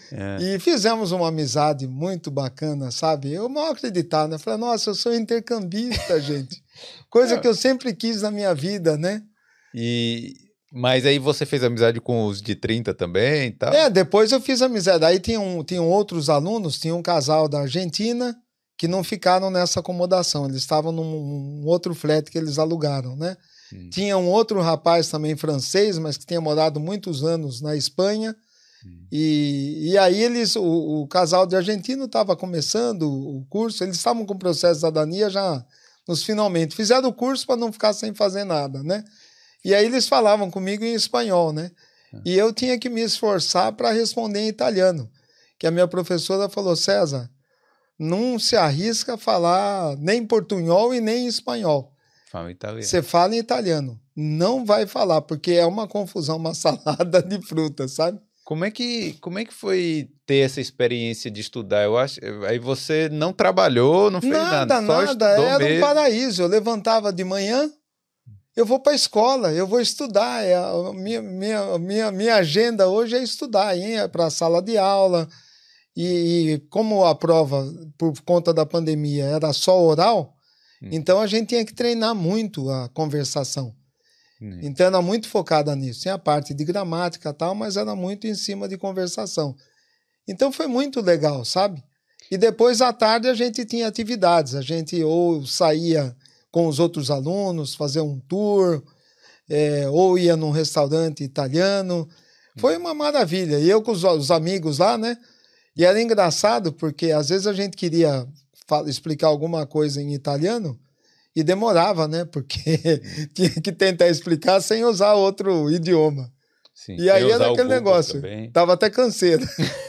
É. E fizemos uma amizade muito bacana, sabe? Eu mal acreditava, né? Falei, nossa, eu sou intercambista, gente. Coisa É. que eu sempre quis na minha vida, né? E... Mas aí você fez amizade com os de trinta também e tal? É, depois eu fiz amizade. Aí tinham, tinham outros alunos, tinha um casal da Argentina que não ficaram nessa acomodação. Eles estavam num um outro flat que eles alugaram, né? Hum. Tinha um outro rapaz também francês, mas que tinha morado muitos anos na Espanha. Hum. E, e aí eles, o, o casal de argentino estava começando o curso, eles estavam com o processo de cidadania já nos finalmente. Fizeram o curso para não ficar sem fazer nada, né? E aí eles falavam comigo em espanhol, né? E eu tinha que me esforçar para responder em italiano. Que a minha professora falou, César, não se arrisca a falar nem portunhol e nem espanhol. Fala italiano. Você fala em italiano. Não vai falar, porque é uma confusão, uma salada de frutas, sabe? Como é que, como é que foi ter essa experiência de estudar? Eu acho, aí você não trabalhou, não fez nada, nada. só Nada, estudou era mesmo. um paraíso. Eu levantava de manhã, eu vou para a escola, eu vou estudar. É a minha, minha, minha, minha agenda hoje é estudar, ir para a sala de aula. E, e como a prova, por conta da pandemia, era só oral, hum. então a gente tinha que treinar muito a conversação. Hum. Então era muito focada nisso. Tinha a parte de gramática e tal, mas era muito em cima de conversação. Então foi muito legal, sabe? E depois, à tarde, a gente tinha atividades. A gente ou saía com os outros alunos, fazer um tour, é, ou ia num restaurante italiano. Foi uma maravilha. E eu com os, os amigos lá, né? E era engraçado porque às vezes a gente queria explicar alguma coisa em italiano e demorava, né? Porque tinha que tentar explicar sem usar outro idioma. Sim, e aí era aquele negócio. Também. Tava até canseiro.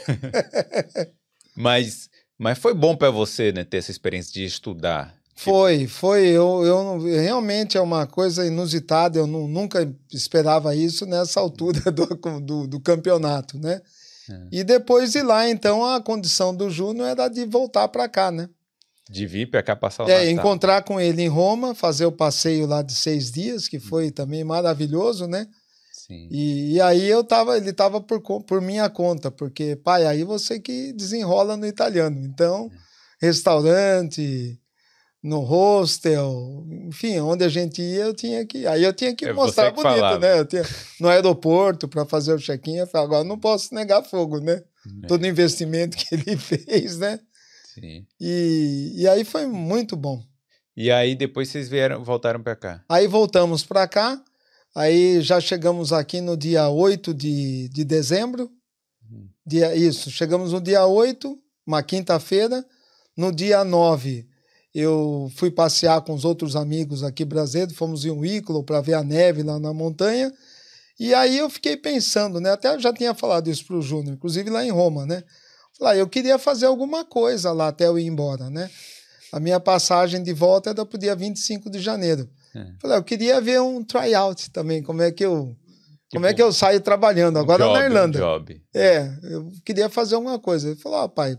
mas, mas foi bom para você, né? Ter essa experiência de estudar. Foi, foi. Eu, eu realmente é uma coisa inusitada. Eu não, nunca esperava isso nessa altura do, do, do campeonato, né? É. E depois de lá, então, a condição do Júnior era de voltar para cá, né? De vir para cá passar o É, Natal. encontrar com ele em Roma, fazer o passeio lá de seis dias, que foi hum. também maravilhoso, né? Sim. E, e aí eu tava, ele estava por, por minha conta, porque, pai, aí você que desenrola no italiano. Então, é. restaurante, no hostel, enfim, onde a gente ia, eu tinha que. Aí eu tinha que é mostrar que bonito, falava. Né? Eu tinha, no aeroporto, para fazer o check-in, eu falei, agora não posso negar fogo, né? É. Todo o investimento que ele fez, né? Sim. E, e aí foi muito bom. E aí depois vocês vieram, voltaram para cá? Aí voltamos para cá, aí já chegamos aqui no dia oito de, de dezembro. Hum. Dia, isso, chegamos no dia oito, uma quinta-feira. No dia nove, eu fui passear com os outros amigos aqui brasileiros, fomos em um ícolo para ver a neve lá na montanha. E aí eu fiquei pensando, né? Até eu já tinha falado isso para o Júnior, inclusive lá em Roma, né? Falei, eu queria fazer alguma coisa lá até eu ir embora, né? A minha passagem de volta era para o dia vinte e cinco de janeiro. É. Falei, eu queria ver um tryout também, como é que eu, tipo, como é que eu saio trabalhando agora job, na Irlanda. Um job. É, eu queria fazer alguma coisa. Ele falou, ó, oh, pai,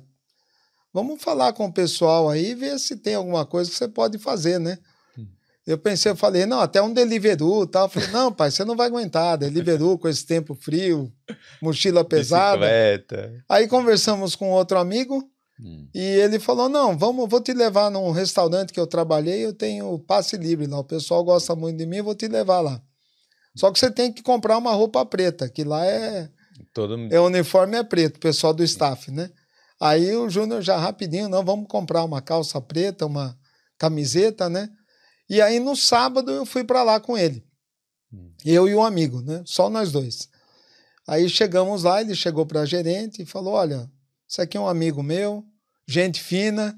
vamos falar com o pessoal aí e ver se tem alguma coisa que você pode fazer, né? Hum. Eu pensei, eu falei, não, até um Deliveroo e tal. Eu falei, não, pai, você não vai aguentar, Deliveroo com esse tempo frio, mochila pesada. Bicicleta. Aí conversamos com outro amigo hum. e ele falou, não, vamos, vou te levar num restaurante que eu trabalhei, eu tenho passe livre lá, o pessoal gosta muito de mim, eu vou te levar lá. Só que você tem que comprar uma roupa preta, que lá é, Todo... é o uniforme é preto, o pessoal do staff, né? Aí o Júnior já rapidinho, não, vamos comprar uma calça preta, uma camiseta, né? E aí no sábado eu fui para lá com ele, hum. eu e um amigo, né? Só nós dois. Aí chegamos lá, ele chegou para a gerente e falou, olha, isso aqui é um amigo meu, gente fina,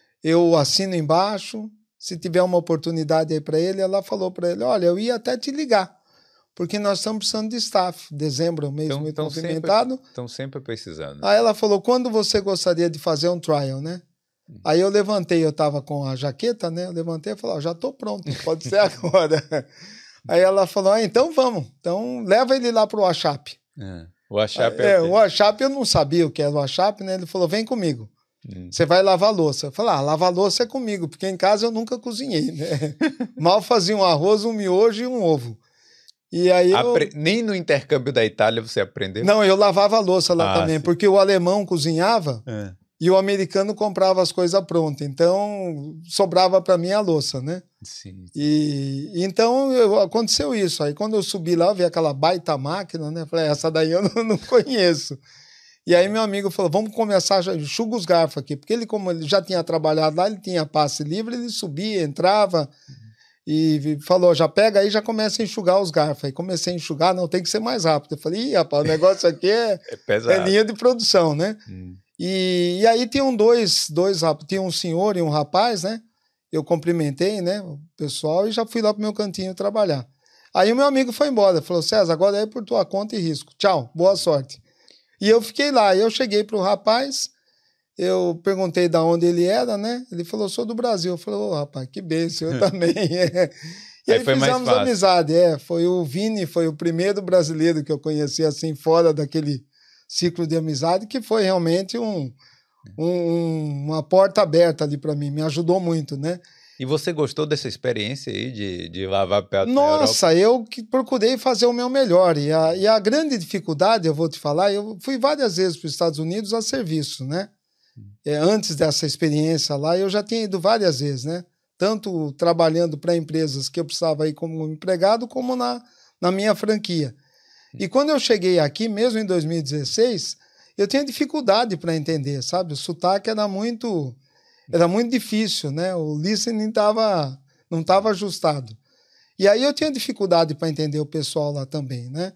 eu assino embaixo, se tiver uma oportunidade aí para ele, ela falou para ele, olha, eu ia até te ligar, porque nós estamos precisando de staff, dezembro é um mês então, muito então movimentado. Estão sempre precisando. Aí ela falou, quando você gostaria de fazer um trial, né? Hum. Aí eu levantei, eu estava com a jaqueta, né? Eu levantei e falei, ó, já estou pronto, pode ser agora. Aí ela falou, ah, então vamos, então leva ele lá para o Achap. É. O Achap é, é o Achap eu não sabia o que era o Achap, né? Ele falou, vem comigo, hum. você vai lavar louça. Eu falei, ah, lavar louça é comigo, porque em casa eu nunca cozinhei, né? Mal fazia um arroz, um miojo e um ovo. E aí eu... Apre... Nem no intercâmbio da Itália você aprendeu? Não, eu lavava a louça lá ah, também, sim. porque o alemão cozinhava é. e o americano comprava as coisas prontas. Então, sobrava para mim a louça, né? Sim, sim. E então eu, aconteceu isso. Aí quando eu subi lá, eu vi aquela baita máquina, né? Falei, essa daí eu não, não conheço. E aí meu amigo falou, vamos começar, enxuga os garfos aqui. Porque ele, como ele já tinha trabalhado lá, ele tinha passe livre, ele subia, entrava... E falou, já pega aí, já começa a enxugar os garfos. Aí comecei a enxugar, não, tem que ser mais rápido. Eu falei, ih, rapaz, o negócio aqui é, é, pesado. é linha de produção, né? Hum. E, e aí tinham dois, dois, tinha um senhor e um rapaz, né? Eu cumprimentei, né, o pessoal e já fui lá pro meu cantinho trabalhar. Aí o meu amigo foi embora, falou, César, agora é por tua conta e risco. Tchau, boa sorte. E eu fiquei lá, eu cheguei pro rapaz... Eu perguntei de onde ele era, né? Ele falou, sou do Brasil. Eu falei, ô, oh, rapaz, que bênção, eu também. É. E aí, aí fizemos amizade. É, foi o Vini, foi o primeiro brasileiro que eu conheci assim, fora daquele ciclo de amizade, que foi realmente um, um, uma porta aberta ali para mim, me ajudou muito, né? E você gostou dessa experiência aí de, de lavar prato na Europa? Nossa, eu que procurei fazer o meu melhor. E a, e a grande dificuldade, eu vou te falar, eu fui várias vezes para os Estados Unidos a serviço, né? É, antes dessa experiência lá, eu já tinha ido várias vezes, né? Tanto trabalhando para empresas que eu precisava ir como empregado, como na, na minha franquia. E quando eu cheguei aqui, mesmo em dois mil e dezesseis, eu tinha dificuldade para entender, sabe? O sotaque era muito, era muito difícil, né? O listening tava, não estava ajustado. E aí eu tinha dificuldade para entender o pessoal lá também, né?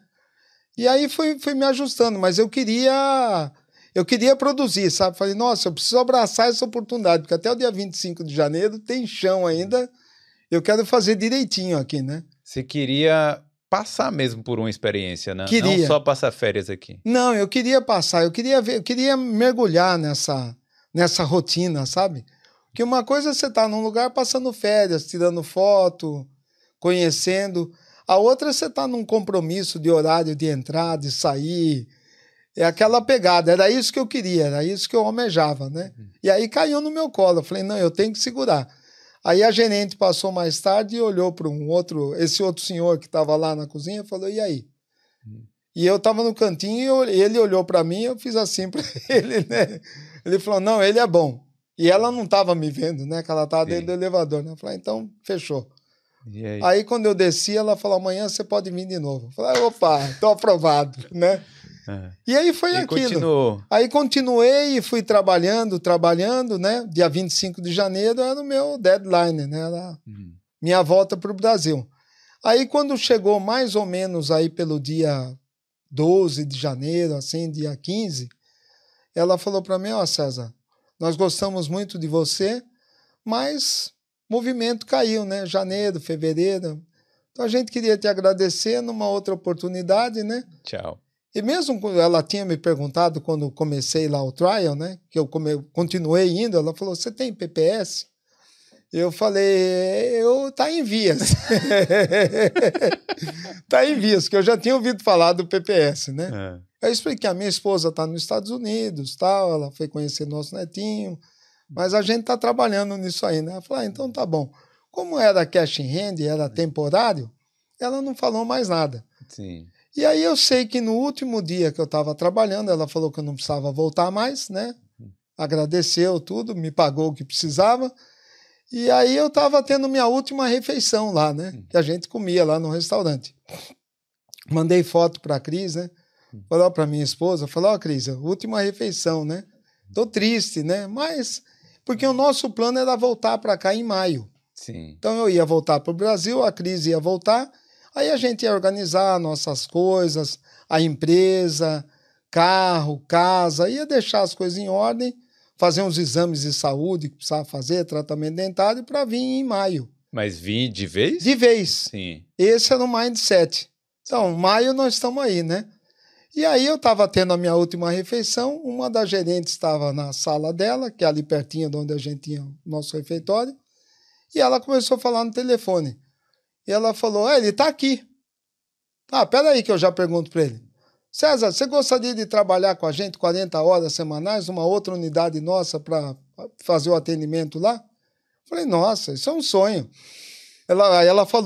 E aí fui, fui me ajustando, mas eu queria... Eu queria produzir, sabe? Falei, nossa, eu preciso abraçar essa oportunidade, porque até o dia vinte e cinco de janeiro tem chão ainda. Eu quero fazer direitinho aqui, né? Você queria passar mesmo por uma experiência, né? Queria. Não só passar férias aqui. Não, eu queria passar, eu queria ver, eu queria mergulhar nessa, nessa rotina, sabe? Porque uma coisa é você estar num lugar passando férias, tirando foto, conhecendo. A outra é você estar num compromisso de horário de entrar, de sair. É aquela pegada, era isso que eu queria, era isso que eu almejava, né? Uhum. E aí caiu no meu colo, eu falei, não, eu tenho que segurar. Aí a gerente passou mais tarde e olhou para um outro, esse outro senhor que estava lá na cozinha e falou, e aí? Uhum. E eu estava no cantinho e ele olhou para mim e eu fiz assim para ele, né? Ele falou, não, ele é bom. E ela não estava me vendo, né? Que ela estava dentro do elevador, né? Eu falei, então, fechou. E aí? Aí quando eu desci, ela falou, amanhã você pode vir de novo. Eu falei, opa, estou aprovado, né? É. E aí foi e aquilo. Continuou. Aí continuei e fui trabalhando, trabalhando, né? Dia vinte e cinco de janeiro era o meu deadline, né? Era uhum. minha volta para o Brasil. Aí quando chegou mais ou menos aí pelo dia doze de janeiro, assim, dia quinze, ela falou para mim, ó, oh, César, nós gostamos muito de você, mas o movimento caiu, né? Janeiro, fevereiro. Então a gente queria te agradecer numa outra oportunidade, né? Tchau. E mesmo quando ela tinha me perguntado quando comecei lá o trial, né, que eu come, continuei indo, ela falou, você tem P P S? Eu falei, eu tá em vias. Tá em vias, que eu já tinha ouvido falar do P P S, né? É. Eu expliquei que a minha esposa está nos Estados Unidos, tal, ela foi conhecer nosso netinho, mas a gente está trabalhando nisso aí, né? Ela falou, ah, então tá bom. Como era cash in hand, era temporário, ela não falou mais nada. Sim. E aí eu sei que no último dia que eu estava trabalhando, ela falou que eu não precisava voltar mais, né? Agradeceu tudo, me pagou o que precisava. E aí eu estava tendo minha última refeição lá, né? Que a gente comia lá no restaurante. Mandei foto para a Cris, né? Falei para minha esposa, falei, ó, Cris, última refeição, né? Tô triste, né? Mas porque o nosso plano era voltar para cá em maio. Sim. Então eu ia voltar para o Brasil, a Cris ia voltar. Aí a gente ia organizar nossas coisas, a empresa, carro, casa, ia deixar as coisas em ordem, fazer uns exames de saúde que precisava fazer, tratamento dentário, para vir em maio. Mas vir de vez? De vez. Sim. Esse era o mindset. Então, maio nós estamos aí, né? E aí eu estava tendo a minha última refeição, uma das gerentes estava na sala dela, que é ali pertinho de onde a gente tinha o nosso refeitório, e ela começou a falar no telefone. E ela falou, ah, ele está aqui. Ah, peraí que eu já pergunto para ele. César, você gostaria de trabalhar com a gente quarenta horas semanais numa outra unidade nossa para fazer o atendimento lá? Falei, nossa, isso é um sonho. Ela, aí ela falou,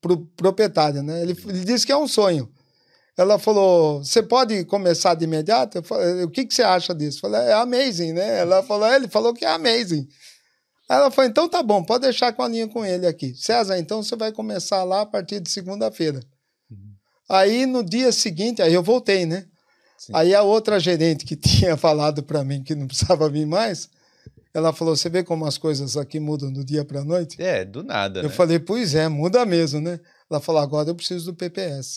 pro, proprietária, né? Ele, ele disse que é um sonho. Ela falou, você pode começar de imediato? Eu falei, o que, que você acha disso? Eu falei, é amazing, né? Ela falou, ele falou que é amazing. Aí ela falou, então tá bom, pode deixar com a linha com ele aqui. César, então você vai começar lá a partir de segunda-feira. Uhum. Aí no dia seguinte, aí eu voltei, né? Sim. Aí a outra gerente que tinha falado para mim que não precisava vir mais, ela falou, você vê como as coisas aqui mudam do dia para a noite? É, do nada, Eu né? falei, pois é, muda mesmo, né? Ela falou, agora eu preciso do P P S.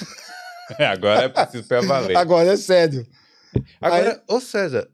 Agora é preciso para valer. Agora é sério. Agora, aí... ô César,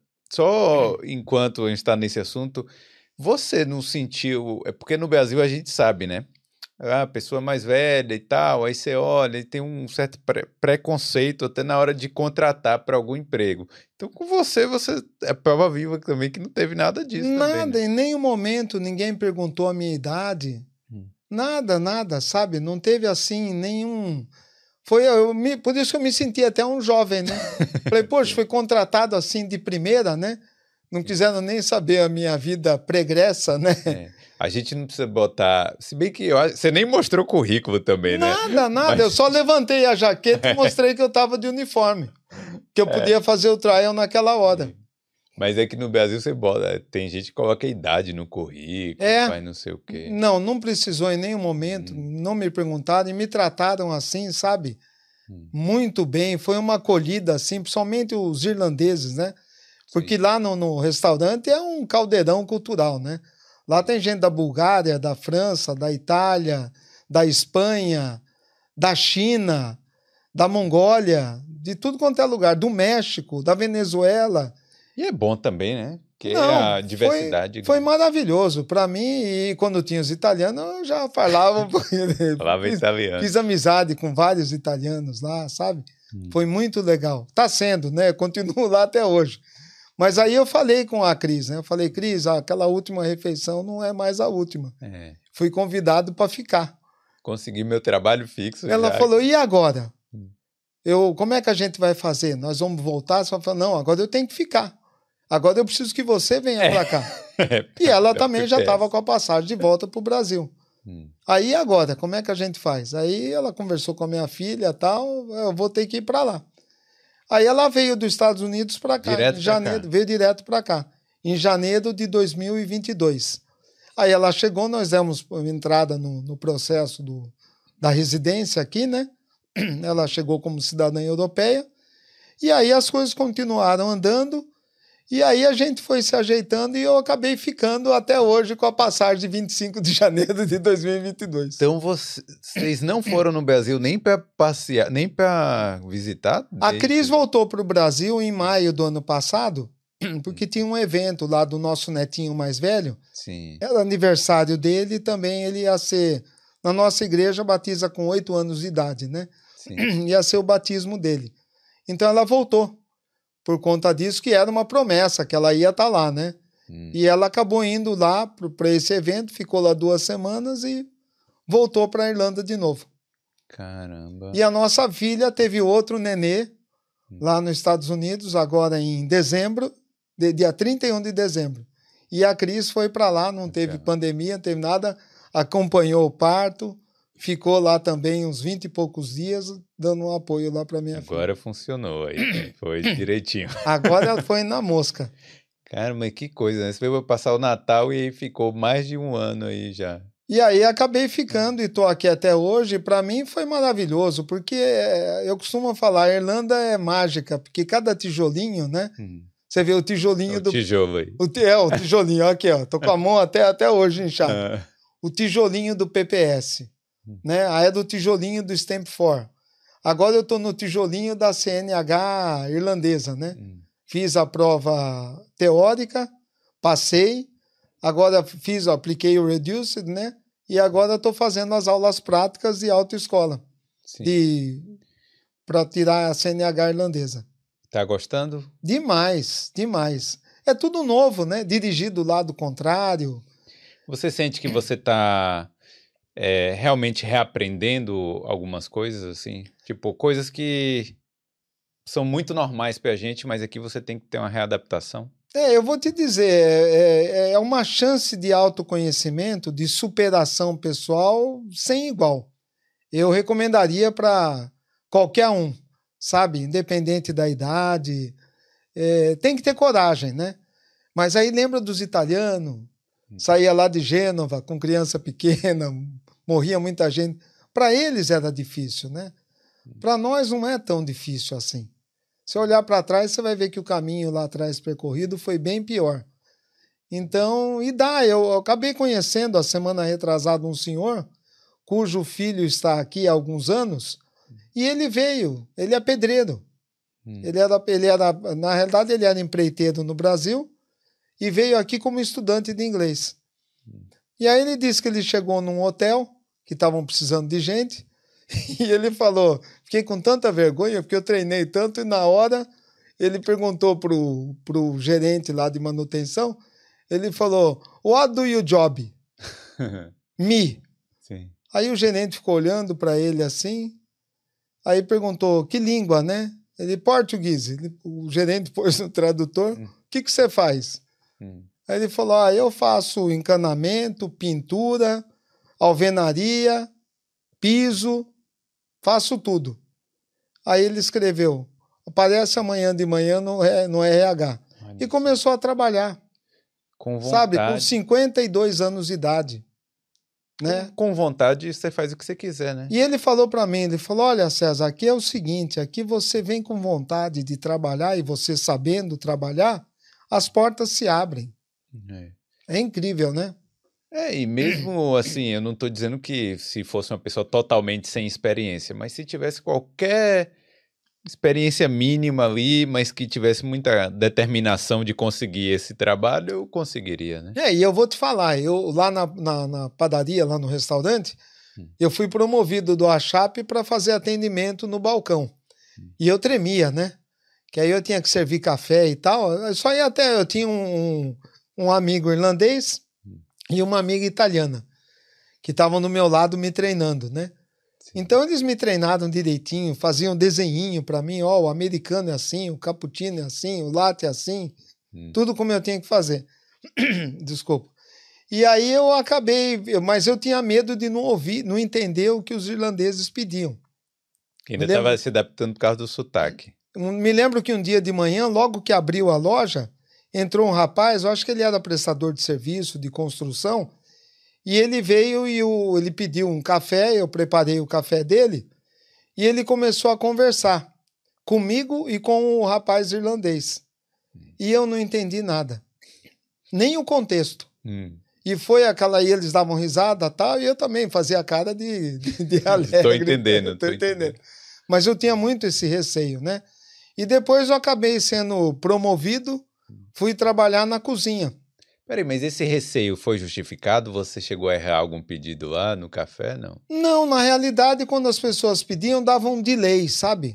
só enquanto a gente está nesse assunto, você não sentiu... É porque no Brasil a gente sabe, né? A pessoa mais velha e tal, aí você olha e tem um certo pre preconceito até na hora de contratar para algum emprego. Então, com você, você é prova viva também que não teve nada disso. Nada, também, né? Em nenhum momento ninguém perguntou a minha idade. Hum. Nada, nada, sabe? Não teve assim nenhum... Foi, eu me, por isso que eu me senti até um jovem, né? Falei, poxa, fui contratado assim de primeira, né? Não quiseram nem saber a minha vida pregressa, né? É. A gente não precisa botar... Se bem que eu acho... Você nem mostrou currículo também, nada, né? Nada, nada. Mas... Eu só levantei a jaqueta e mostrei que eu estava de uniforme. Que eu podia é. fazer o trial naquela hora. Mas é que no Brasil você bota... Tem gente que coloca a idade no currículo, é. faz não sei o quê. Não, não precisou em nenhum momento. Hum. Não me perguntaram e me trataram assim, sabe? Hum. Muito bem. Foi uma acolhida assim, principalmente os irlandeses, né? Porque Sim. lá no, no restaurante é um caldeirão cultural, né? Lá tem gente da Bulgária, da França, da Itália, da Espanha, da China, da Mongólia, de tudo quanto é lugar, do México, da Venezuela. E é bom também, né? Porque Não, a diversidade... Foi, foi maravilhoso para mim, e quando tinha os italianos, eu já falava... Falava fiz, italiano. Fiz amizade com vários italianos lá, sabe? Hum. Foi muito legal. Tá sendo, né? Continuo lá até hoje. Mas aí eu falei com a Cris, né? Eu falei, Cris, aquela última refeição não é mais a última. É. Fui convidado para ficar. Consegui meu trabalho fixo. Ela já. falou, e agora? Hum. Eu, como é que a gente vai fazer? Nós vamos voltar? Você falou, não, agora eu tenho que ficar. Agora eu preciso que você venha é. para cá. É. E ela também já estava com a passagem de volta para o Brasil. Hum. Aí agora, como é que a gente faz? Aí ela conversou com a minha filha e tal, eu vou ter que ir para lá. Aí ela veio dos Estados Unidos para cá, direto em janeiro, cá. veio direto para cá, em janeiro de dois mil e vinte e dois. Aí ela chegou, nós demos entrada no, no processo do, da residência aqui, né? Ela chegou como cidadã europeia, e aí as coisas continuaram andando, e aí a gente foi se ajeitando e eu acabei ficando até hoje com a passagem de vinte e cinco de janeiro de dois mil e vinte e dois. Então vocês não foram no Brasil nem para passear, nem para visitar? A Cris voltou para o Brasil em maio do ano passado, porque tinha um evento lá do nosso netinho mais velho. Sim. Era aniversário dele e também ele ia ser... Na nossa igreja batiza com oito anos de idade, né? Sim. Ia ser o batismo dele. Então ela voltou. Por conta disso, que era uma promessa, que ela ia estar lá, né? Hum. E ela acabou indo lá para esse evento, ficou lá duas semanas e voltou para a Irlanda de novo. Caramba! E a nossa filha teve outro nenê hum. lá nos Estados Unidos, agora em dezembro, de, dia trinta e um de dezembro. E a Cris foi para lá, não teve Caramba. pandemia, não teve nada, acompanhou o parto, ficou lá também uns vinte e poucos dias, dando um apoio lá para minha Agora filha. Agora funcionou aí, foi direitinho. Agora ela foi na mosca. Cara, mas que coisa, né? Você veio passar o Natal e ficou mais de um ano aí já. E aí acabei ficando e tô aqui até hoje. Para mim foi maravilhoso, porque eu costumo falar, a Irlanda é mágica, porque cada tijolinho, né? Hum. Você vê o tijolinho o do... tijolo aí. O, é, o tijolinho, aqui, ó. Tô com a mão até, até hoje inchada. Ah. O tijolinho do P P S. Né? Aí é do tijolinho do Stamp quatro. Agora eu estou no tijolinho da C N H irlandesa, né? Hum. Fiz a prova teórica, passei, agora fiz, apliquei o Reduced, né? E agora estou fazendo as aulas práticas de autoescola para tirar a C N H irlandesa. Tá gostando? Demais, demais. É tudo novo, né? Dirigir do lado contrário. Você sente que você está é, realmente reaprendendo algumas coisas, assim? Tipo, coisas que são muito normais para a gente, mas aqui você tem que ter uma readaptação? É, eu vou te dizer, é, é uma chance de autoconhecimento, de superação pessoal sem igual. eu recomendaria para qualquer um, sabe? Independente da idade. É, tem que ter coragem, né? Mas aí lembra dos italianos, saía lá de Gênova com criança pequena, morria muita gente. Para eles era difícil, né? Para nós não é tão difícil assim. Se olhar para trás, você vai ver que o caminho lá atrás percorrido foi bem pior. Então, e dá, eu, eu acabei conhecendo a semana retrasada um senhor cujo filho está aqui há alguns anos e ele veio, ele é pedreiro. Hum. Ele era, ele era, na realidade, ele era empreiteiro no Brasil e veio aqui como estudante de inglês. Hum. E aí ele disse que ele chegou num hotel, que estavam precisando de gente, e ele falou, fiquei com tanta vergonha, porque eu treinei tanto, e na hora ele perguntou pro, pro gerente lá de manutenção, ele falou, what do you job? Me. Sim. Aí o gerente ficou olhando para ele assim, aí perguntou, que língua, né? Ele, português. Ele, o gerente pôs no tradutor, o hum. que, que você faz? Hum. Aí ele falou, ah, eu faço encanamento, pintura, alvenaria, piso, faço tudo. Aí ele escreveu, aparece amanhã de manhã no, no R H. Ai, e começou a trabalhar. Com vontade. Sabe, com cinquenta e dois anos de idade. Né? Com vontade, você faz o que você quiser, né? E ele falou para mim, ele falou, olha, César, aqui é o seguinte, aqui você vem com vontade de trabalhar e você sabendo trabalhar, as portas se abrem. É, é incrível, né? É, e mesmo assim, eu não estou dizendo que se fosse uma pessoa totalmente sem experiência, mas se tivesse qualquer experiência mínima ali, mas que tivesse muita determinação de conseguir esse trabalho, eu conseguiria, né? É, e eu vou te falar, eu lá na, na, na padaria, lá no restaurante, hum. eu fui promovido do Achap para fazer atendimento no balcão. Hum. E eu tremia, né? Que aí eu tinha que servir café e tal. Eu só ia até, eu tinha um, um amigo irlandês hum. e uma amiga italiana, que estavam no meu lado me treinando, né? Então eles me treinaram direitinho, faziam desenhinho para mim, ó, o americano é assim, o cappuccino é assim, o latte é assim, hum. tudo como eu tinha que fazer. Desculpa. E aí eu acabei, mas eu tinha medo de não ouvir, não entender o que os irlandeses pediam. Ainda estava se adaptando por causa do sotaque. Me lembro que um dia de manhã, logo que abriu a loja, entrou um rapaz, eu acho que ele era prestador de serviço, de construção, e ele veio e o, ele pediu um café, eu preparei o café dele, e ele começou a conversar comigo e com o rapaz irlandês. E eu não entendi nada, nem o contexto. Hum. E foi aquela, e eles davam risada e tal, e eu também fazia a cara de, de, de alegre. Estou entendendo. Estou entendendo. entendendo. Mas eu tinha muito esse receio, né? E depois eu acabei sendo promovido, fui trabalhar na cozinha. Peraí, mas esse receio foi justificado? Você chegou a errar algum pedido lá no café, não? Não, na realidade, quando as pessoas pediam, davam um delay, sabe?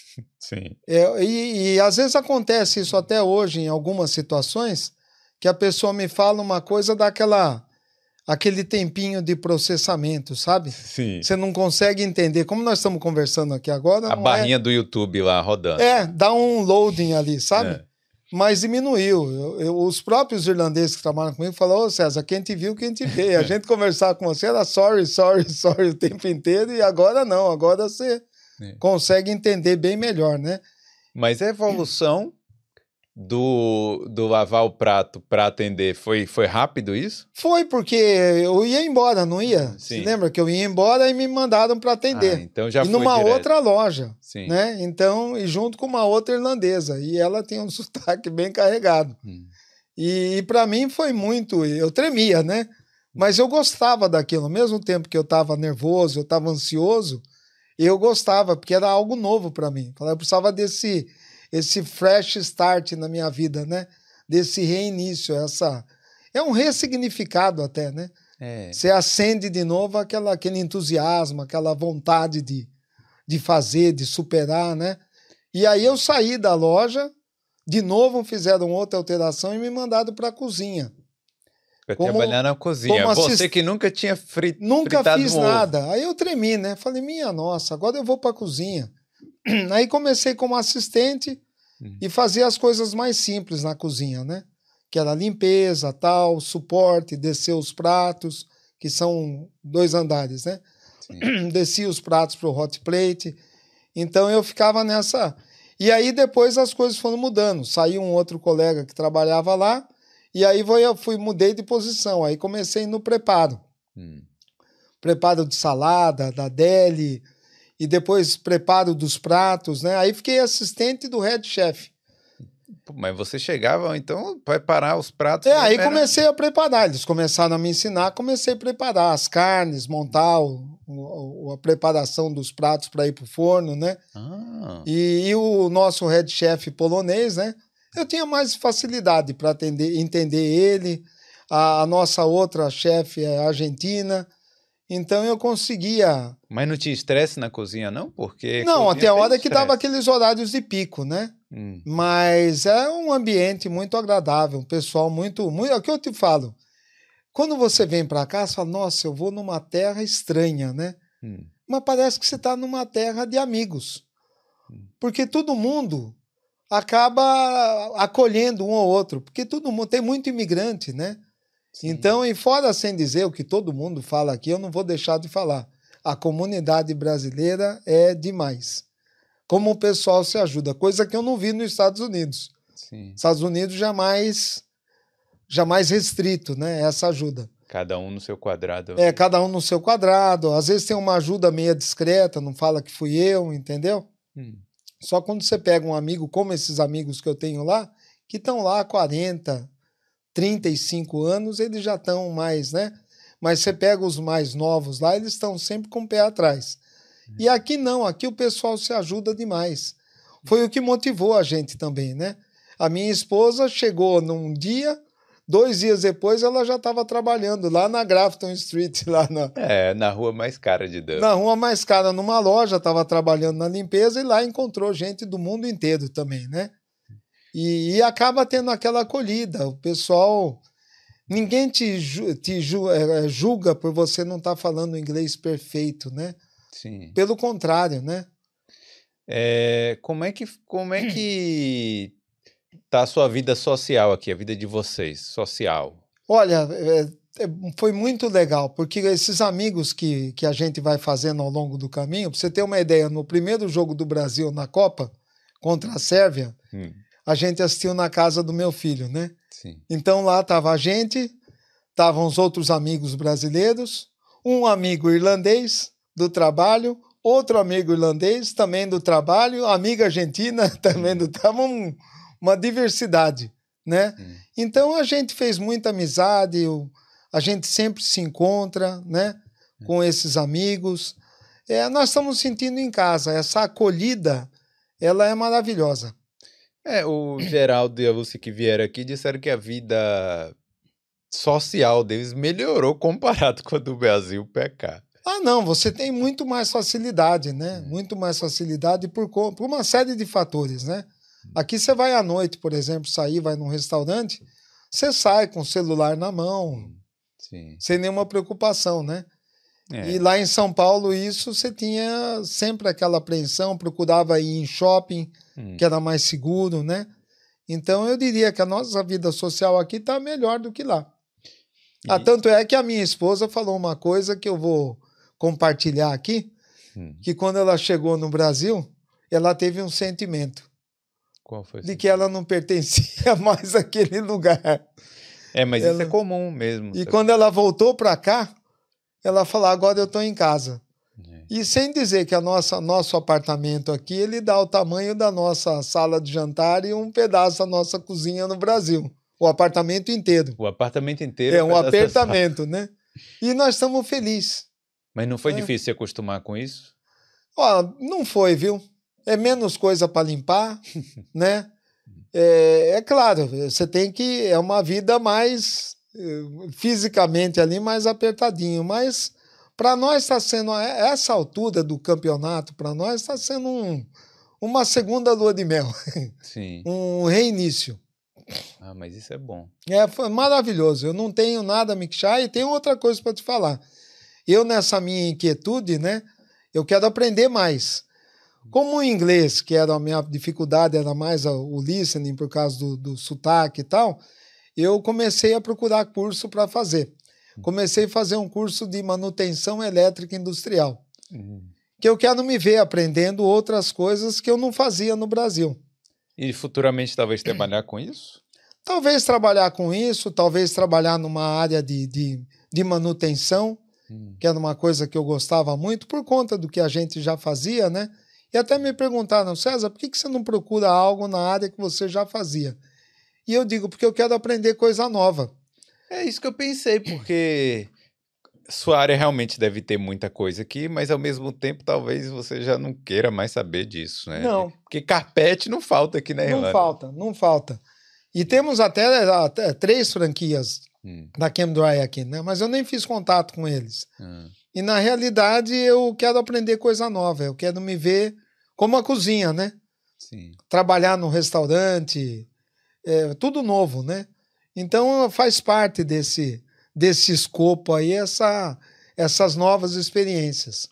Sim. É, e, e às vezes acontece isso até hoje, em algumas situações, que a pessoa me fala uma coisa, dá aquela, aquele tempinho de processamento, sabe? Sim. Você não consegue entender. Como nós estamos conversando aqui agora... A barrinha é... do YouTube lá rodando. É, dá um loading ali, sabe? É. Mas diminuiu. Eu, eu, os próprios irlandeses que trabalham comigo falaram, ô César, quem te viu, quem te vê. A gente conversar com você era sorry, sorry, sorry o tempo inteiro e agora não, agora você é. consegue entender bem melhor, né? Mas a evolução do, do lavar o prato para atender, foi, foi rápido isso? Foi, porque eu ia embora, não ia? Sim. Você lembra que eu ia embora e me mandaram para atender. Ah, então já e foi numa direto. outra loja, Sim. né? Então, e junto com uma outra irlandesa. E ela tinha um sotaque bem carregado. Hum. E, e para mim foi muito... Eu tremia, né? Mas eu gostava daquilo. Ao mesmo tempo que eu estava nervoso, eu estava ansioso, eu gostava, porque era algo novo para mim. Eu precisava desse... esse fresh start na minha vida, né? Desse reinício, essa... É um ressignificado até, né? É. Você acende de novo aquela, aquele entusiasmo, aquela vontade de, de fazer, de superar, né? E aí eu saí da loja, de novo fizeram outra alteração e me mandaram para a cozinha. Para trabalhar na cozinha. Você assist... que nunca tinha frit... Nunca fritado fiz um nada. ovo. Aí eu tremi, né? Falei, minha nossa, agora eu vou para a cozinha. Aí comecei como assistente uhum. e fazia as coisas mais simples na cozinha, né? Que era limpeza, tal, suporte, descer os pratos, que são dois andares, né? Sim. descia os pratos para o hot plate. Então eu ficava nessa... E aí depois as coisas foram mudando. Saiu um outro colega que trabalhava lá, e aí eu fui, mudei de posição. Aí comecei no preparo. Hum. Preparo de salada, da deli, e depois preparo dos pratos, né? Aí fiquei assistente do head chef. Pô, mas você chegava, então, para preparar os pratos... É, aí era... comecei a preparar. Eles começaram a me ensinar, comecei a preparar as carnes, montar o, o, a preparação dos pratos para ir para o forno, né? Ah. E, e o nosso head chef polonês, né? Eu tinha mais facilidade para entender ele. A, a nossa outra chefe é argentina. Então eu conseguia... Mas não tinha estresse na cozinha, não? Porque Não, até a hora que dava estresse. aqueles horários de pico, né? Hum. Mas é um ambiente muito agradável, um pessoal muito... muito é o que eu te falo. Quando você vem para cá, você fala, nossa, eu vou numa terra estranha, né? Hum. Mas parece que você está numa terra de amigos. Hum. Porque todo mundo acaba acolhendo um ao outro. Porque todo mundo... Tem muito imigrante, né? Sim. Então, e fora sem dizer o que todo mundo fala aqui, eu não vou deixar de falar. A comunidade brasileira é demais. Como o pessoal se ajuda, coisa que eu não vi nos Estados Unidos. Sim. Estados Unidos jamais, jamais restrito, né, essa ajuda. Cada um no seu quadrado. É, cada um no seu quadrado. Às vezes tem uma ajuda meio discreta, não fala que fui eu, entendeu? Hum. Só quando você pega um amigo, como esses amigos que eu tenho lá, que estão lá há quarenta, trinta e cinco anos, eles já estão mais, né? Mas você pega os mais novos lá, eles estão sempre com o pé atrás. E aqui não, aqui o pessoal se ajuda demais. Foi o que motivou a gente também, né? A minha esposa chegou num dia, dois dias depois ela já estava trabalhando lá na Grafton Street, lá na, É, na rua mais cara de Dublin. na rua mais cara, numa loja, estava trabalhando na limpeza e lá encontrou gente do mundo inteiro também, né? E, e acaba tendo aquela acolhida, o pessoal... Ninguém te, ju, te ju, é, julga por você não estar tá falando inglês perfeito, né? Sim. Pelo contrário, né? É, como é que como é que tá a sua vida social aqui, a vida de vocês, social? Olha, é, é, foi muito legal, porque esses amigos que, que a gente vai fazendo ao longo do caminho, para você ter uma ideia, no primeiro jogo do Brasil na Copa, contra a Sérvia, hum. a gente assistiu na casa do meu filho, né? Sim. Então lá estava a gente, estavam os outros amigos brasileiros, um amigo irlandês do trabalho, outro amigo irlandês também do trabalho, amiga argentina também do trabalho, um, uma diversidade, né? Hum. Então a gente fez muita amizade, a gente sempre se encontra, né? Com esses amigos. É, nós estamos sentindo em casa, essa acolhida, ela é maravilhosa. É, o Geraldo e a Lúcia que vieram aqui disseram que a vida social deles melhorou comparado com a do Brasil pra cá. Ah, não, você tem muito mais facilidade, né? Hum. Muito mais facilidade por, por uma série de fatores, né? Hum. Aqui você vai à noite, por exemplo, sair, vai num restaurante, você sai com o celular na mão, Sim. sem nenhuma preocupação, né? É. E lá em São Paulo, isso você tinha sempre aquela apreensão, procurava ir em shopping, hum. que era mais seguro, né? Então eu diria que a nossa vida social aqui está melhor do que lá. E... Ah, tanto é que a minha esposa falou uma coisa que eu vou compartilhar aqui, hum. que quando ela chegou no Brasil, ela teve um sentimento. Qual foi? De que ela não pertencia mais àquele lugar. É, mas ela... isso é comum mesmo. E quando ela voltou para cá, ela falou, agora eu estou em casa. É. E sem dizer que a nossa nosso apartamento aqui, ele dá o tamanho da nossa sala de jantar e um pedaço da nossa cozinha no Brasil. O apartamento inteiro. O apartamento inteiro? É um apartamento, né? E nós estamos felizes. Mas não foi é. difícil se acostumar com isso? Ó, não foi, viu? É menos coisa para limpar, né? É, é claro, você tem que... É uma vida mais... fisicamente ali, mais apertadinho. Mas para nós está sendo... Essa altura do campeonato, para nós está sendo um, uma segunda lua de mel. Sim. Um reinício. Ah, mas isso é bom. É, foi maravilhoso. Eu não tenho nada a me queixar e tenho outra coisa para te falar. Eu, nessa minha inquietude, né? Eu quero aprender mais. Como o inglês, que era a minha dificuldade, era mais o listening por causa do, do sotaque e tal, eu comecei a procurar curso para fazer. comecei a fazer um curso de manutenção elétrica industrial, Uhum. que eu quero me ver aprendendo outras coisas que eu não fazia no Brasil. E futuramente talvez trabalhar com isso? Talvez trabalhar com isso, talvez trabalhar numa área de, de, de manutenção, Hum. que era uma coisa que eu gostava muito, por conta do que a gente já fazia, né? E até me perguntaram, César, por que que você não procura algo na área que você já fazia? E eu digo, porque eu quero aprender coisa nova. É isso que eu pensei, porque sua área realmente deve ter muita coisa aqui, mas ao mesmo tempo talvez você já não queira mais saber disso, né? Não. Porque carpete não falta aqui na Não Irlanda. falta, não falta. E temos até, até três franquias Hum. da ChemDry aqui, né? Mas eu nem fiz contato com eles. Hum. E na realidade eu quero aprender coisa nova, eu quero me ver como a cozinha, né? Sim. Trabalhar no restaurante, é, tudo novo, né? Então faz parte desse, desse escopo aí, essa, essas novas experiências.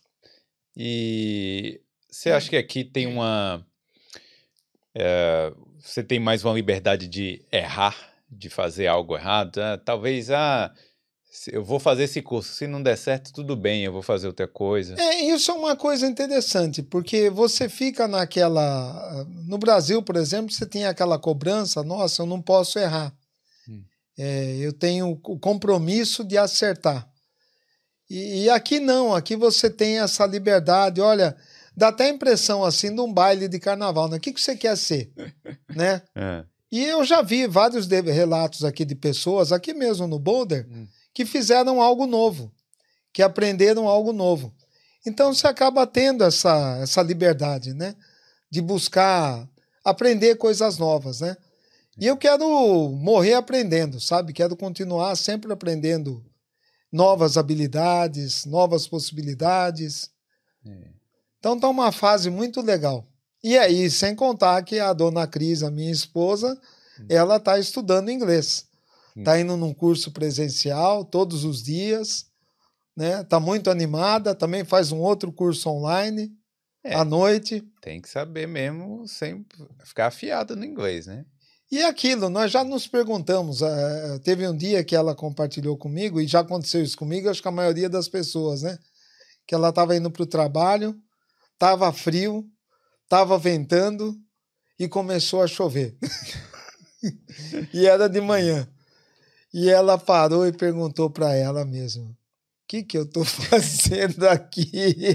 E você acha que aqui tem uma... é, você tem mais uma liberdade de errar, de fazer algo errado? Ah, talvez, ah, se eu vou fazer esse curso, se não der certo, tudo bem, eu vou fazer outra coisa. É, isso é uma coisa interessante, porque você fica naquela... No Brasil, por exemplo, você tem aquela cobrança, nossa, eu não posso errar. Hum. É, eu tenho o compromisso de acertar. E, e aqui não, aqui você tem essa liberdade, olha, dá até a impressão assim de um baile de carnaval, né? O que, que você quer ser? Né? É. E eu já vi vários de- relatos aqui de pessoas, aqui mesmo no Boulder, Hum. que fizeram algo novo, que aprenderam algo novo. Então você acaba tendo essa, essa liberdade, né? De buscar aprender coisas novas, né? E eu quero morrer aprendendo, sabe? Quero continuar sempre aprendendo novas habilidades, novas possibilidades. É. Então tá uma fase muito legal. E aí, sem contar que a dona Cris, a minha esposa, ela tá estudando inglês. Tá indo num curso presencial todos os dias, né? Tá muito animada, também faz um outro curso online É. à noite. Tem que saber mesmo, sem ficar afiado no inglês, né? E é aquilo, nós já nos perguntamos, uh, teve um dia que ela compartilhou comigo, e já aconteceu isso comigo, acho que a maioria das pessoas, né? Que ela estava indo para o trabalho, estava frio, estava ventando e começou a chover. E era de manhã. E ela parou e perguntou para ela mesma, o que, que eu estou fazendo aqui?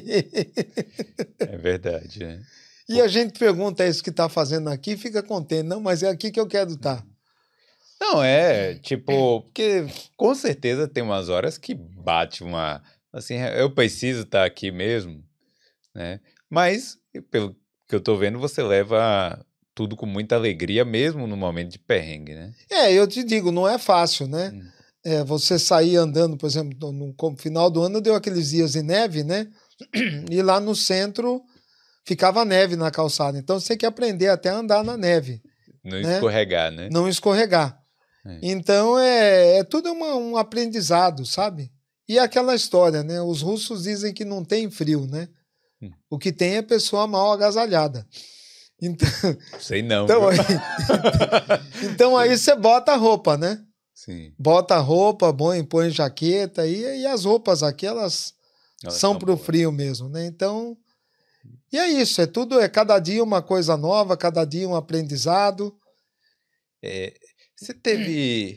É verdade, né? E a gente pergunta isso que está fazendo aqui, fica contente. Não, mas é aqui que eu quero estar. Não, é, tipo, porque com certeza tem umas horas que bate uma, assim, eu preciso estar aqui mesmo, né? Mas, pelo que eu tô vendo, você leva tudo com muita alegria, mesmo no momento de perrengue, né? É, eu te digo, não é fácil, né? Hum. É, você sair andando, por exemplo, no, no final do ano deu aqueles dias de neve, né? E lá no centro ficava neve na calçada. Então você tem que aprender até a andar na neve. Não né? escorregar, né? Não escorregar. É. Então é, é tudo uma, um aprendizado, sabe? E aquela história, né? Os russos dizem que não tem frio, né? Hum. O que tem é pessoa mal agasalhada. Então, Sei não. então, viu? aí, então aí você bota a roupa, né? Sim. Bota a roupa, põe, põe jaqueta e, e as roupas aqui, elas, Elas são são pro boas. frio mesmo, né? Então, e é isso, é tudo, é cada dia uma coisa nova, cada dia um aprendizado. É, você teve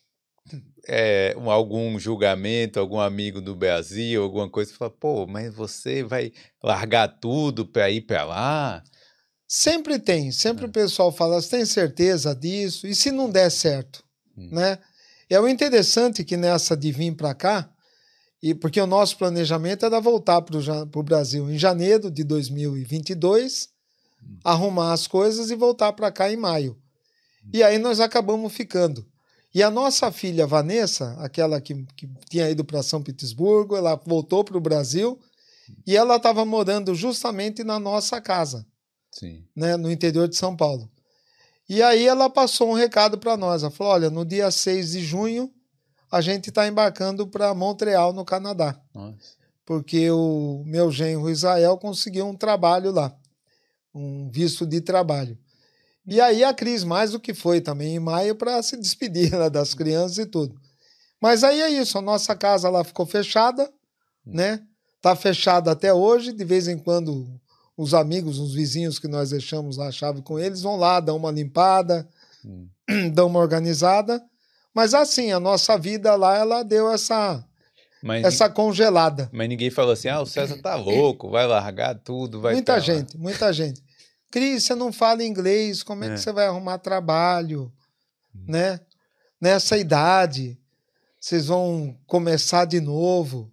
é, um- algum julgamento, algum amigo do Brasil, alguma coisa que fala, pô, mas você vai largar tudo para ir para lá? Sempre tem, sempre É. o pessoal fala, você tem certeza disso? E se não der certo, Hum. né? É o interessante que nessa de vir para cá, e porque o nosso planejamento era voltar para o Brasil em janeiro de dois mil e vinte e dois, Hum. arrumar as coisas e voltar para cá em maio. E aí nós acabamos ficando. E a nossa filha Vanessa, aquela que, que tinha ido para São Petersburgo, ela voltou para o Brasil e ela estava morando justamente na nossa casa, Sim. né, no interior de São Paulo. E aí ela passou um recado para nós. Ela falou, olha, no dia seis de junho a gente está embarcando para Montreal, no Canadá, Nossa. porque o meu genro Israel conseguiu um trabalho lá, um visto de trabalho. E aí a Cris, mais do que foi também em maio, para se despedir lá das crianças e tudo. Mas aí é isso, a nossa casa lá ficou fechada, hum. né? Tá fechada até hoje, de vez em quando os amigos, os vizinhos que nós deixamos lá a chave com eles, vão lá, dão uma limpada, hum. dão uma organizada. Mas assim, a nossa vida lá, ela deu essa, mas, essa congelada. Mas ninguém falou assim, ah, o César tá louco, vai largar tudo, vai Muita gente, lá. muita gente. Cris, você não fala inglês, como é, é. que você vai arrumar trabalho, hum. né? Nessa idade, vocês vão começar de novo.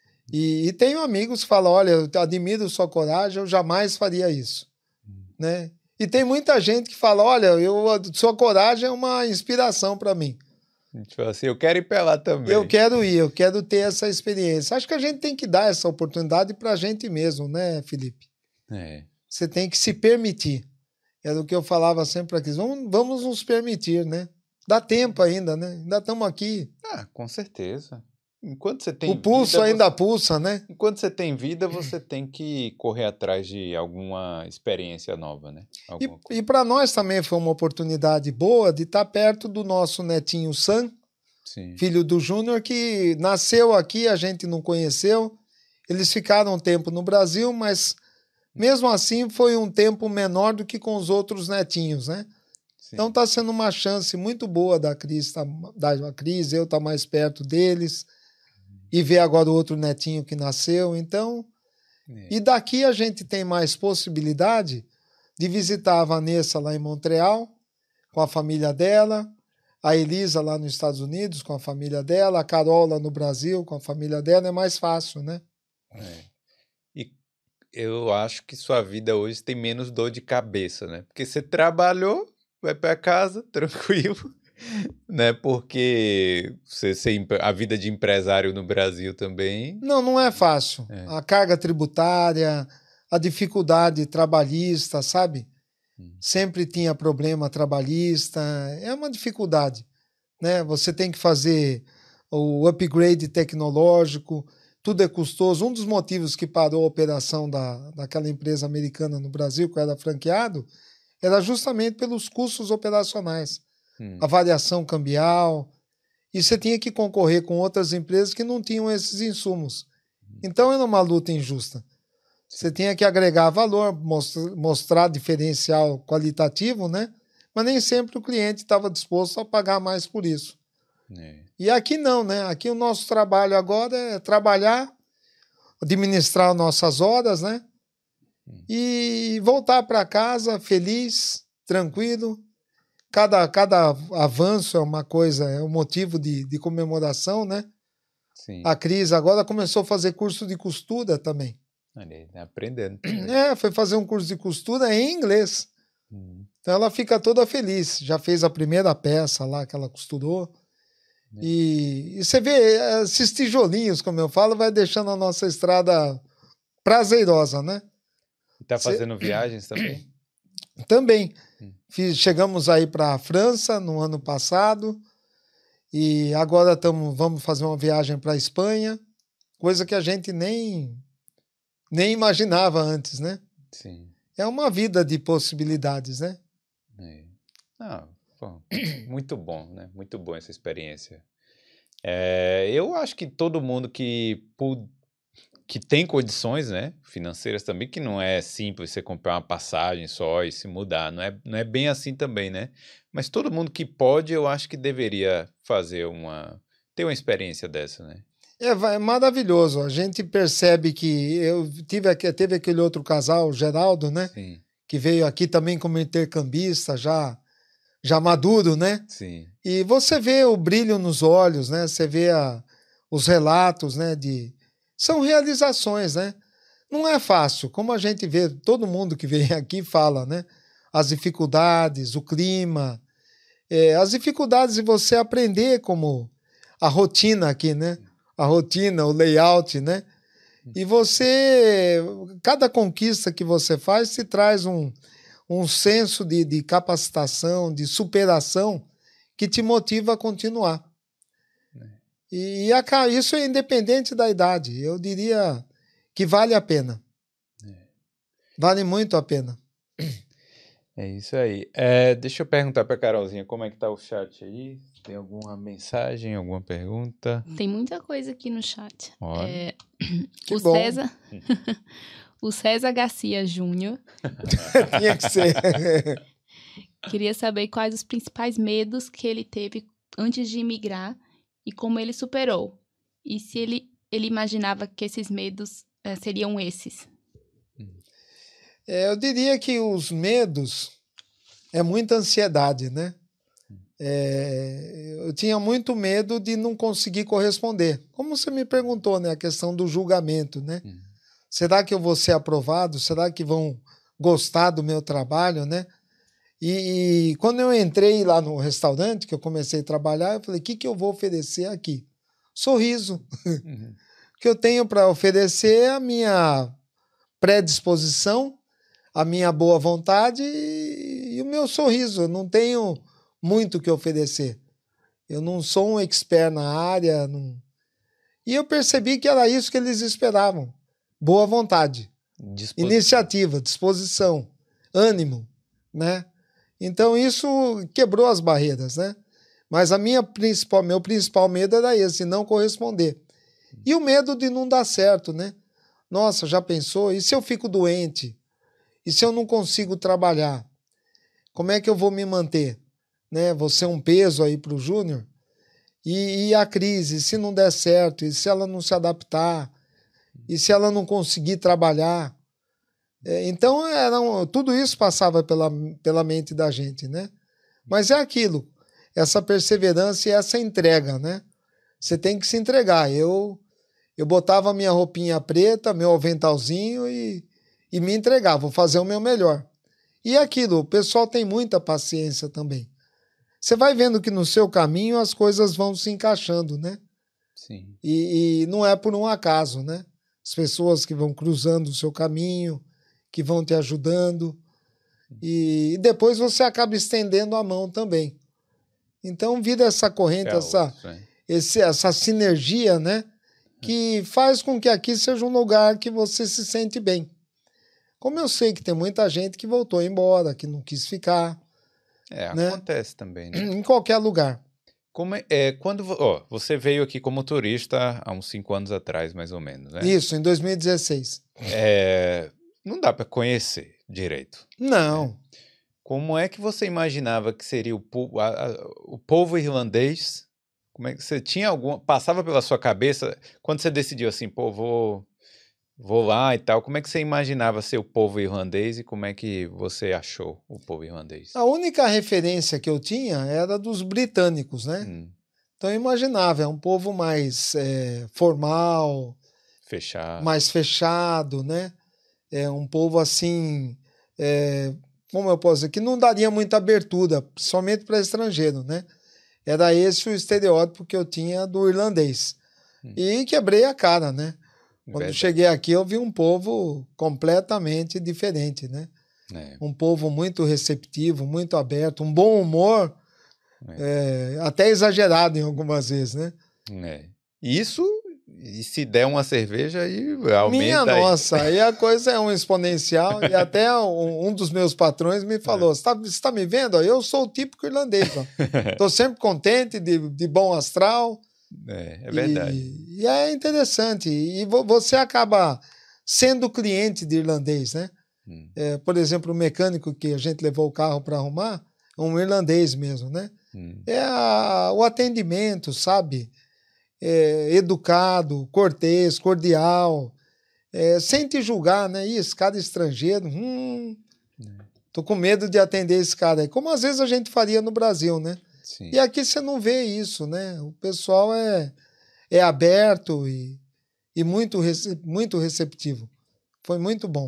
E, e tenho amigos que falam, olha, eu admiro sua coragem, eu jamais faria isso. Hum. Né? E tem muita gente que fala, olha, eu, sua coragem é uma inspiração para mim. A gente fala assim, eu quero ir para lá também. Eu quero ir, eu quero ter essa experiência. Acho que a gente tem que dar essa oportunidade para a gente mesmo, né, Felipe? É. Você tem que se permitir. Era o que eu falava sempre aqui. Vamos, vamos nos permitir, né? Dá tempo ainda, né? Ainda estamos aqui. Ah, com certeza. Enquanto você tem o pulso vida, ainda você... pulsa, né? Enquanto você tem vida, você tem que correr atrás de alguma experiência nova, né? Alguma e e para nós também foi uma oportunidade boa de estar perto do nosso netinho Sam, Sim. filho do Júnior, que nasceu aqui, a gente não conheceu. Eles ficaram um tempo no Brasil, mas mesmo assim foi um tempo menor do que com os outros netinhos, né? Sim. Então está sendo uma chance muito boa da Cris, tá, da Cris, eu estar tá mais perto deles. E ver agora o outro netinho que nasceu. Então, é. E daqui a gente tem mais possibilidade de visitar a Vanessa lá em Montreal, com a família dela, a Elisa lá nos Estados Unidos, com a família dela, a Carol lá no Brasil, com a família dela, é mais fácil, né? É. E eu acho que sua vida hoje tem menos dor de cabeça, né? Porque você trabalhou, vai para casa, tranquilo. Né, porque você ser a vida de empresário no Brasil também... Não, não é fácil. É. A carga tributária, a dificuldade trabalhista, sabe? Hum. Sempre tinha problema trabalhista, é uma dificuldade. Né? Você tem que fazer o upgrade tecnológico, tudo é custoso. Um dos motivos que parou a operação da, daquela empresa americana no Brasil, que era franqueado, era justamente pelos custos operacionais. Hum. A variação cambial, e você tinha que concorrer com outras empresas que não tinham esses insumos. Hum. Então era uma luta injusta. Você tinha que agregar valor, mostrar, mostrar diferencial qualitativo, né? Mas nem sempre o cliente estava disposto a pagar mais por isso. É. E aqui não, né? Aqui o nosso trabalho agora é trabalhar, administrar nossas horas, né? Hum. E voltar para casa feliz, tranquilo. Cada, cada avanço é uma coisa, é um motivo de, de comemoração, né? Sim. A Cris agora começou a fazer curso de costura também. Olha, aprendendo. É, foi fazer um curso de costura em inglês. Hum. Então ela fica toda feliz. Já fez a primeira peça lá que ela costurou. É. E, e você vê, esses tijolinhos, como eu falo, vai deixando a nossa estrada prazerosa, né? E tá fazendo Cê... viagens também? Também. Fiz, chegamos aí para a França no ano passado e agora tamo, vamos fazer uma viagem para a Espanha, coisa que a gente nem, nem imaginava antes, né? Sim. É uma vida de possibilidades, né? É. Ah, bom, muito bom, né? Muito bom essa experiência. É, eu acho que todo mundo que que tem condições, né, financeiras também, que não é simples você comprar uma passagem só e se mudar, não é, não é bem assim também, né? Mas todo mundo que pode, eu acho que deveria fazer uma, ter uma experiência dessa, né? É, é maravilhoso, a gente percebe que eu tive, teve aquele outro casal, o Geraldo, né? Sim. Que veio aqui também como intercambista, já, já maduro, né? Sim. E você vê o brilho nos olhos, né? Você vê a, os relatos, né, de... São realizações, né? Não é fácil, como a gente vê, todo mundo que vem aqui fala, né? As dificuldades, o clima, é, as dificuldades de você aprender como a rotina aqui, né? A rotina, o layout, né? E você, cada conquista que você faz te traz um, um senso de, de capacitação, de superação que te motiva a continuar. E a, isso é independente da idade. Eu diria que vale a pena. É. Vale muito a pena. É isso aí. É, deixa eu perguntar para a Carolzinha como é que tá o chat aí. Tem alguma mensagem, alguma pergunta? Tem muita coisa aqui no chat. Olha. É, Que o bom. César, o César Garcia Júnior Tinha que ser. queria saber quais os principais medos que ele teve antes de imigrar e como ele superou. E se ele, ele imaginava que esses medos eh, seriam esses. É, eu diria que os medos é muita ansiedade, né? É, eu tinha muito medo de não conseguir corresponder. Como você me perguntou, né? A questão do julgamento, né? Hum. Será que eu vou ser aprovado? Será que vão gostar do meu trabalho, né? E, e quando eu entrei lá no restaurante, que eu comecei a trabalhar, eu falei, o que, que eu vou oferecer aqui? Sorriso. Uhum. O que eu tenho para oferecer é a minha predisposição, a minha boa vontade e, e o meu sorriso. Eu não tenho muito o que oferecer. Eu não sou um expert na área. Não... E eu percebi que era isso que eles esperavam. Boa vontade, Disposição. iniciativa, disposição, ânimo, né? Então isso quebrou as barreiras, né? Mas a minha principal, meu principal medo era esse, não corresponder. E o medo de não dar certo, né? Nossa, já pensou? E se eu fico doente? E se eu não consigo trabalhar? Como é que eu vou me manter? Né? Vou ser um peso aí para o Júnior? E, e a crise, se não der certo? E se ela não se adaptar? E se ela não conseguir trabalhar? É, então, era um, tudo isso passava pela, pela mente da gente, né? Mas é aquilo, essa perseverança e essa entrega, né? Você tem que se entregar. Eu, eu botava minha roupinha preta, meu aventalzinho e, e me entregava, vou fazer o meu melhor. E é aquilo, o pessoal tem muita paciência também. Você vai vendo que no seu caminho as coisas vão se encaixando, né? Sim. E, e não é por um acaso, né? As pessoas que vão cruzando o seu caminho, que vão te ajudando. E, e depois você acaba estendendo a mão também. Então vira essa corrente, É essa, outro, né? esse, essa sinergia, né? Que faz com que aqui seja um lugar que você se sente bem. Como eu sei que tem muita gente que voltou embora, que não quis ficar. É, né? acontece também, né? Em qualquer lugar. Como é, é, quando vo- ó, você veio aqui como turista há uns cinco anos atrás, mais ou menos, né? Isso, em dois mil e dezesseis. É, não dá para conhecer direito. Não. Como é que você imaginava que seria o, po- a- a- o povo irlandês? Como é que você tinha alguma, passava pela sua cabeça quando você decidiu assim, pô, vou, vou lá e tal? Como é que você imaginava ser o povo irlandês e como é que você achou o povo irlandês? A única referência que eu tinha era dos britânicos, né? Hum, Então eu imaginava, é um povo mais é, formal, fechar. mais fechado, né? É um povo assim, é, como eu posso dizer, que não daria muita abertura, somente para estrangeiro, né? Era esse o estereótipo que eu tinha do irlandês. Hum. E quebrei a cara, né? Quando Verdade. cheguei aqui, eu vi um povo completamente diferente, né? É, Um povo muito receptivo, muito aberto, um bom humor, é, até exagerado em algumas vezes, né? é. Isso, e se der uma cerveja, aí aumenta Minha aí. nossa, aí a coisa é um exponencial e até um, um dos meus patrões me falou, você está tá me vendo? Eu sou o típico irlandês, estou sempre contente, de, de bom astral. É, é verdade. E, e é interessante, e vo, você acaba sendo cliente de irlandês, né? Hum. É, por exemplo, o mecânico que a gente levou o carro para arrumar, um irlandês mesmo, né? Hum. É a, o atendimento, sabe? É, educado, cortês, cordial, é, sem te julgar, né? Ih, esse cara é estrangeiro, hum, tô com medo de atender esse cara aí, como às vezes a gente faria no Brasil, né? Sim. E aqui você não vê isso, né? O pessoal é, é aberto e, e muito, rece, muito receptivo. Foi muito bom.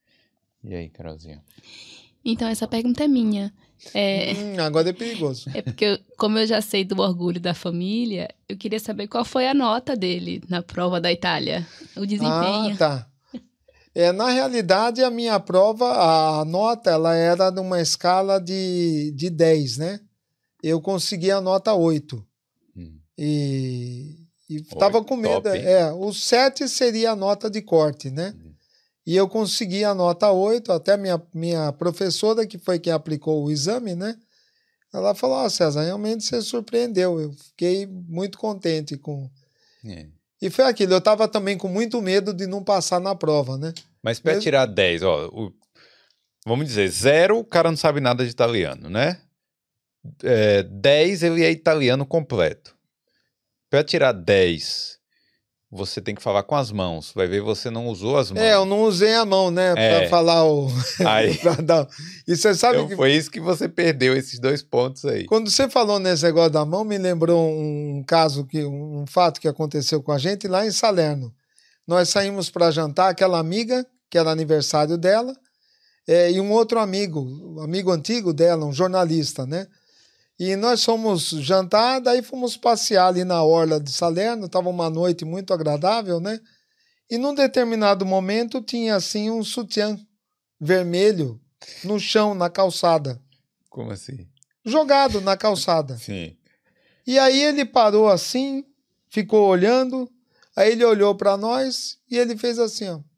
E aí, Carolzinha? Então, essa pergunta é minha. É, Hum, agora é perigoso. é porque, eu- como eu já sei do orgulho da família, eu queria saber qual foi a nota dele na prova da Itália. O desempenho. Ah, tá. É, na realidade, a minha prova, a nota, ela era numa escala de, de dez, né? Eu consegui a nota oito. Hum. E estava com medo. top, hein? É, o sete seria a nota de corte, né? Hum. E eu consegui a nota oito, até minha, minha professora, que foi quem aplicou o exame, né? Ela falou, ó, César, realmente você surpreendeu. Eu fiquei muito contente com... É. E foi aquilo, eu estava também com muito medo de não passar na prova, né? Mas para Mesmo- tirar dez, ó, o- vamos dizer, zero, o cara não sabe nada de italiano, né? É, dez, ele é italiano completo. Para tirar dez, você tem que falar com as mãos. Vai ver, você não usou as mãos. É, eu não usei a mão, né? É. Pra falar o... Aí, pra dar- E você sabe então que... foi isso que você perdeu, esses dois pontos aí. Quando você falou nesse negócio da mão, me lembrou um caso, que, um fato que aconteceu com a gente lá em Salerno. Nós saímos para jantar, aquela amiga, que era aniversário dela, é, e um outro amigo, um amigo antigo dela, um jornalista, né? E nós fomos jantar, daí fomos passear ali na orla de Salerno, estava uma noite muito agradável, né? E num determinado momento tinha assim um sutiã vermelho no chão, na calçada, Como assim? jogado na calçada. Sim. E aí ele parou assim, ficou olhando, aí ele olhou para nós e ele fez assim, ó.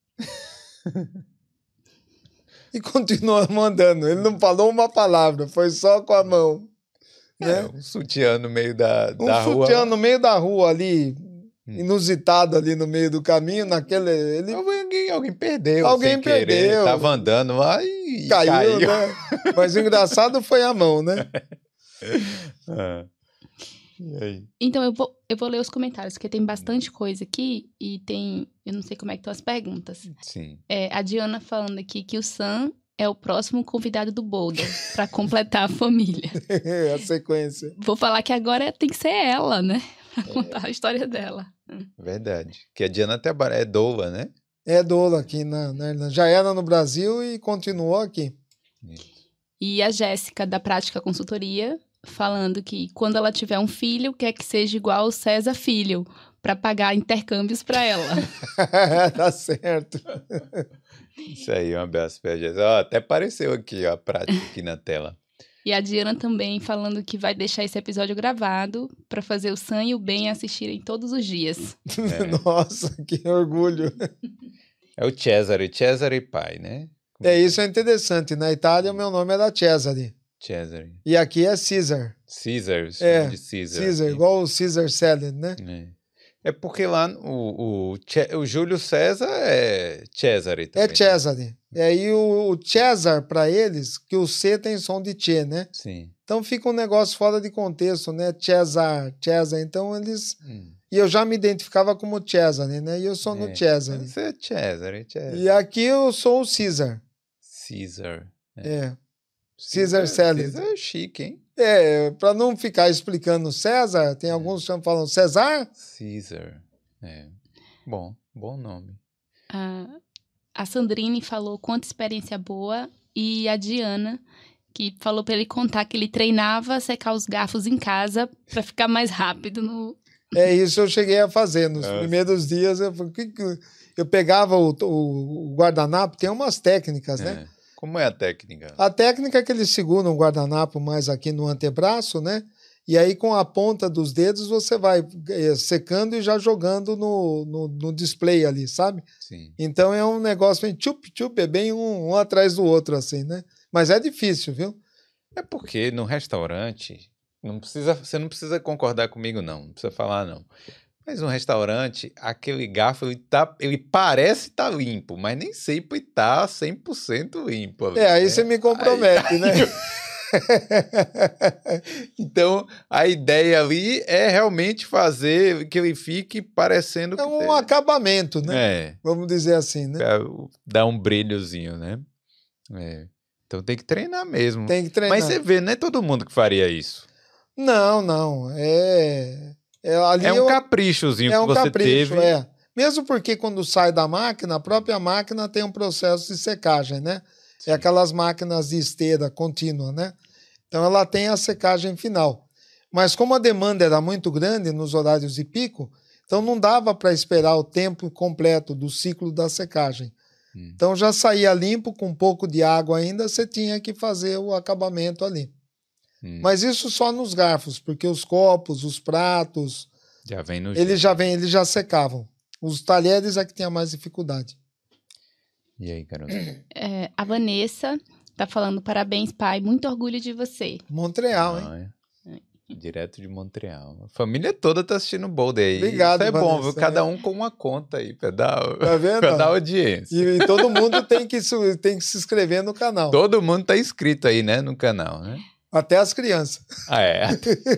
E continuou mandando. Ele não falou uma palavra, foi só com a mão. É, Né? um sutiã no meio da, Um da rua. sutiã no meio da rua ali, inusitado ali no meio do caminho, naquele... Ele Alguém, alguém perdeu, Alguém sem querer. perdeu. Tava andando lá e caiu, caiu. né? Mas o engraçado foi a mão, né? Ah. E aí? Então, eu vou, eu vou ler os comentários, porque tem bastante coisa aqui e tem... Eu não sei como é que estão as perguntas. Sim. É, a Diana falando aqui que o Sam é o próximo convidado do Boulder, para completar a família. A sequência. Vou falar que agora tem que ser ela, né? Pra contar a história dela. Verdade. Que a Diana até bara- é doula, né? É doula aqui na, na Irlanda. Já era no Brasil e continuou aqui. E a Jéssica, da Prática Consultoria, falando que quando ela tiver um filho, quer que seja igual o César Filho, para pagar intercâmbios para ela. Tá certo. Isso aí, um abraço pra Jéssica. Ó, até apareceu aqui, ó, a prática aqui na tela. E a Diana também falando que vai deixar esse episódio gravado para fazer o Sam e o Ben assistirem todos os dias. É. Nossa, que orgulho. É o Cesare, Cesare pai, né? É, isso é interessante. Na Itália, o meu nome era Cesare. Cesare. E aqui é Caesar. Caesar, É, de Caesar. Caesar, aqui. igual o Caesar Salad, né? É. É porque lá o, o, Ce- o Júlio César é Cesare também. É Cesare. E aí o, o César, para eles, que o C tem som de Tchê, né? Sim. Então fica um negócio fora de contexto, né? Cesar, Cesar. Então eles... Hum. E eu já me identificava como Cesare, né? E eu sou no É. Cesare. Você é Cesare, Cesare. E aqui eu sou o Caesar. Caesar. É. Caesar Salad. Caesar é chique, hein? É, para não ficar explicando César, tem alguns que falam César. Caesar. É. Bom, bom nome. A, a Sandrine falou quanta experiência boa e a Diana, que falou para ele contar que ele treinava secar os garfos em casa para ficar mais rápido no... É isso eu cheguei a fazer. Nos Nossa. primeiros dias, eu, falei, "Que que-" eu pegava o, o- o guardanapo, tem umas técnicas, né? É. Como é a técnica? A técnica é que eles seguram o guardanapo mais aqui no antebraço, né? E aí, com a ponta dos dedos, você vai eh, secando e já jogando no, no, no display ali, sabe? Sim. Então é um negócio bem tchup-tchup, é bem um, um atrás do outro, assim, né? Mas é difícil, viu? É porque no restaurante, não precisa, você não precisa concordar comigo, não. Não precisa falar, não. Mas no restaurante, aquele garfo, ele, tá, ele parece estar tá limpo, mas nem sempre tá cem por cento limpo. ali, É, aí né? você me compromete, Aí- né? Então, a ideia ali é realmente fazer que ele fique parecendo É que um tem- acabamento, né? É, Vamos dizer assim, né? pra dar um brilhozinho, né? É. Então tem que treinar mesmo. Tem que treinar. Mas você vê, não é todo mundo que faria isso. Não, não. É, é, ali É um eu- caprichozinho é que um você capricho, teve. é. Mesmo porque quando sai da máquina, a própria máquina tem um processo de secagem, né? Sim. É aquelas máquinas de esteira contínua, né? Então ela tem a secagem final. Mas como a demanda era muito grande nos horários de pico, então não dava para esperar o tempo completo do ciclo da secagem. Hum. Então já saía limpo, com um pouco de água ainda, você tinha que fazer o acabamento ali. Hum. Mas isso só nos garfos, porque os copos, os pratos, Já vem no eles jeito. já vêm, eles já secavam. Os talheres é que tinha mais dificuldade. E aí, Carol? É, a Vanessa tá falando, parabéns, pai, muito orgulho de você. Montreal, hein? Ah, é. Direto de Montreal. A família toda tá assistindo o Boulder aí. Obrigado, Isso é bom, Vanessa, viu? Cada é. um com uma conta aí pra dar, Tá vendo? pra dar audiência. E, e todo mundo tem que, su- tem que se inscrever no canal. Todo mundo tá inscrito aí, né? No canal, né? Até as crianças. Ah, é.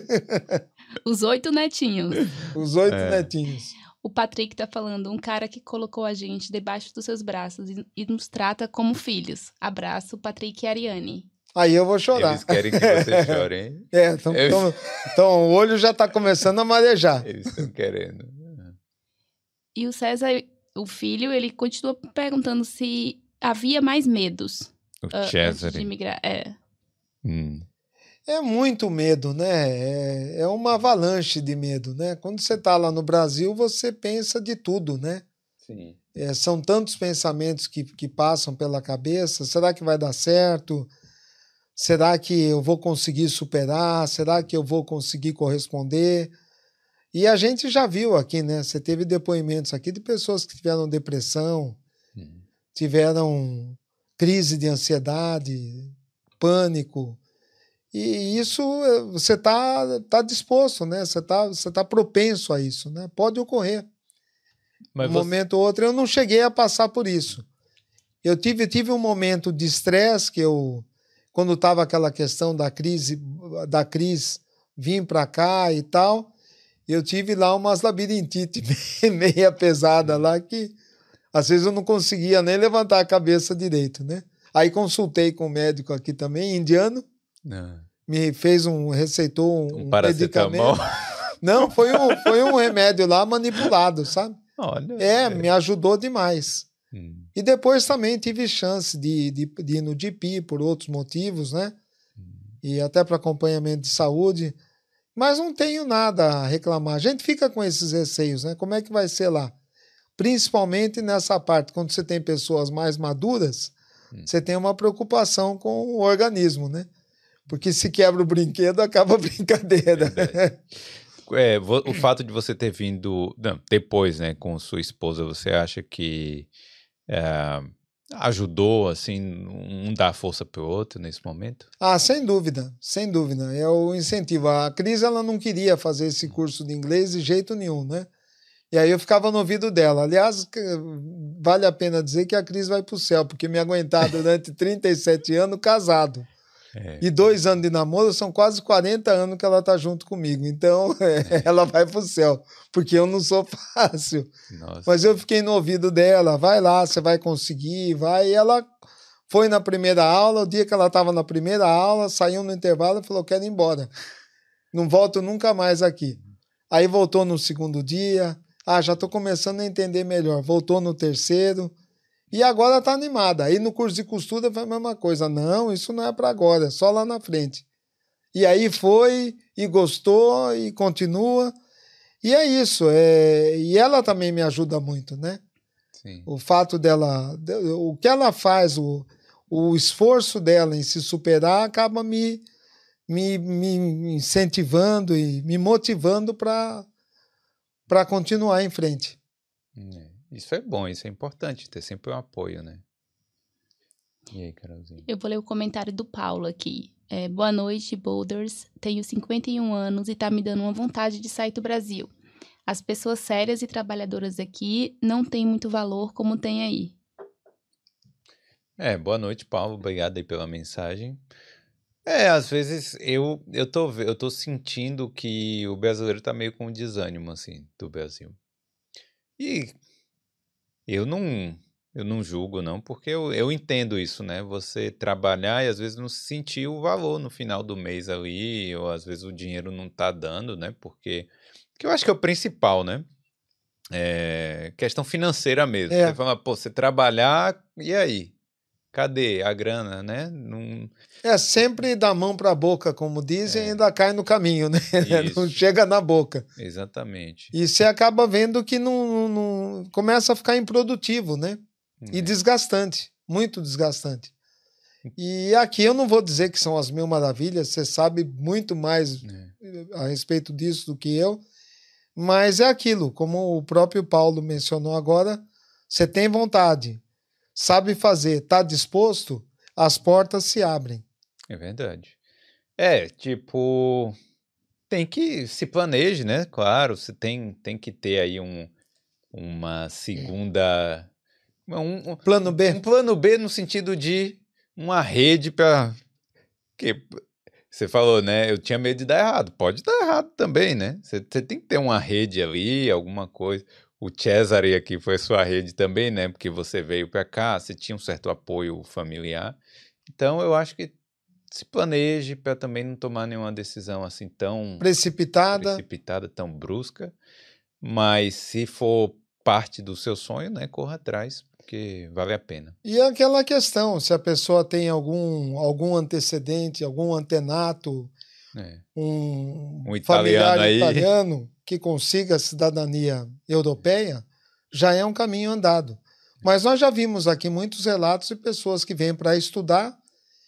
Os oito netinhos. Os oito É. netinhos. O Patrick tá falando, um cara que colocou a gente debaixo dos seus braços e, e nos trata como filhos. Abraço, Patrick e Ariane. Aí eu vou chorar. Eles querem que você chore, hein? É, então, Eu- então, então o olho já tá começando a marejar. Eles estão querendo. E o César, o filho, ele continua perguntando se havia mais medos O ah, antes Cesare. de migrar. É. Hum. É muito medo, né? É, é uma avalanche de medo, né? Quando você tá lá no Brasil, você pensa de tudo, né? Sim. É, são tantos pensamentos que, que passam pela cabeça. Será que vai dar certo? Será que eu vou conseguir superar? Será que eu vou conseguir corresponder? E a gente já viu aqui, né? Você teve depoimentos aqui de pessoas que tiveram depressão, Hum. tiveram crise de ansiedade, pânico. E isso eh, você está tá disposto, né? Você está você tá propenso a isso, né? Pode ocorrer. Mas Um você... momento ou outro, eu não cheguei a passar por isso. Eu tive, tive um momento de estresse que eu, quando estava aquela questão da crise, da crise, vim para cá e tal, eu tive lá umas labirintite meia pesada lá que às vezes eu não conseguia nem levantar a cabeça direito, né? Aí consultei com um médico aqui também, indiano, Não. me fez um, receitou um, Um um paracetamol. medicamento. Não, foi um, foi um remédio lá manipulado, sabe? Olha. É, me ajudou demais. Hum. E depois também tive chance de, de, de ir no G P por outros motivos, né? E até para acompanhamento de saúde. Mas não tenho nada a reclamar. A gente fica com esses receios, né? Como é que vai ser lá? Principalmente nessa parte, quando você tem pessoas mais maduras, Hum. você tem uma preocupação com o organismo, né? Porque se quebra o brinquedo, acaba a brincadeira. É, vo- o fato de você ter vindo não, depois, né, com sua esposa, você acha que é, ajudou, assim, um dar força pro outro nesse momento? Ah, sem dúvida, sem dúvida. É o incentivo. A Cris, ela não queria fazer esse curso de inglês de jeito nenhum, né? E aí eu ficava no ouvido dela. Aliás, que- vale a pena dizer que a Cris vai pro céu, porque me aguentar durante trinta e sete anos casado. É. E dois anos de namoro, são quase quarenta anos que ela tá junto comigo. Então, é, ela vai pro céu, porque eu não sou fácil. Nossa. Mas eu fiquei no ouvido dela, vai lá, você vai conseguir, vai. E ela foi na primeira aula, o dia que ela estava na primeira aula, saiu no intervalo e falou, quero ir embora. Não volto nunca mais aqui. Aí voltou no segundo dia, ah, já estou começando a entender melhor. Voltou no terceiro e agora está animada. Aí no curso de costura foi a mesma coisa. Não, isso não é para agora, é só lá na frente. E aí foi, e gostou, e continua. E é isso. É... E ela também me ajuda muito, né? Sim. O fato dela... O que ela faz, o, o esforço dela em se superar acaba me, me, me incentivando e me motivando para para continuar em frente. É, isso é bom, isso é importante, ter sempre um apoio, né? E aí, Carolzinha? Eu vou ler o comentário do Paulo aqui. É, boa noite, Boulders. Tenho cinquenta e um anos e tá me dando uma vontade de sair do Brasil. As pessoas sérias e trabalhadoras aqui não têm muito valor como tem aí. É, boa noite, Paulo. Obrigado aí pela mensagem. É, às vezes eu, eu, tô, ve- eu tô sentindo que o brasileiro tá meio com desânimo, assim, do Brasil. E eu não, eu não julgo, não, porque eu, eu entendo isso, né? Você trabalhar e às vezes não sentir o valor no final do mês ali, ou às vezes o dinheiro não tá dando, né? Porque, que eu acho que é o principal, né? É questão financeira mesmo. É. Você fala, pô, você trabalhar, e aí? Cadê a grana, né? Não... É sempre da mão para a boca, como dizem, É. e ainda cai no caminho, né? Não Isso. chega na boca. Exatamente. E você acaba vendo que não, não- começa a ficar improdutivo, né? E É. desgastante, muito desgastante. E aqui eu não vou dizer que são as mil maravilhas, você sabe muito mais É. a respeito disso do que eu, mas é aquilo, como o próprio Paulo mencionou agora, você tem vontade, sabe fazer, está disposto, as portas se abrem. É verdade. É, tipo, tem que se planeje, né? Claro, você tem, tem que ter aí um, uma segunda... Um, um, Plano B. Um plano B no sentido de uma rede para... que você falou, né? Eu tinha medo de dar errado. Pode dar errado também, né? Você, você tem que ter uma rede ali, alguma coisa. O Cesare aqui foi sua rede também, né? Porque você veio para cá, você tinha um certo apoio familiar. Então, eu acho que se planeje para também não tomar nenhuma decisão assim tão Precipitada. precipitada, tão brusca. Mas se for parte do seu sonho, né? Corra atrás, porque vale a pena. E aquela questão, se a pessoa tem algum, algum antecedente, algum antenato, É. um, Um familiar italiano aí. italiano que consiga a cidadania europeia, já é um caminho andado. Mas nós já vimos aqui muitos relatos de pessoas que vêm para estudar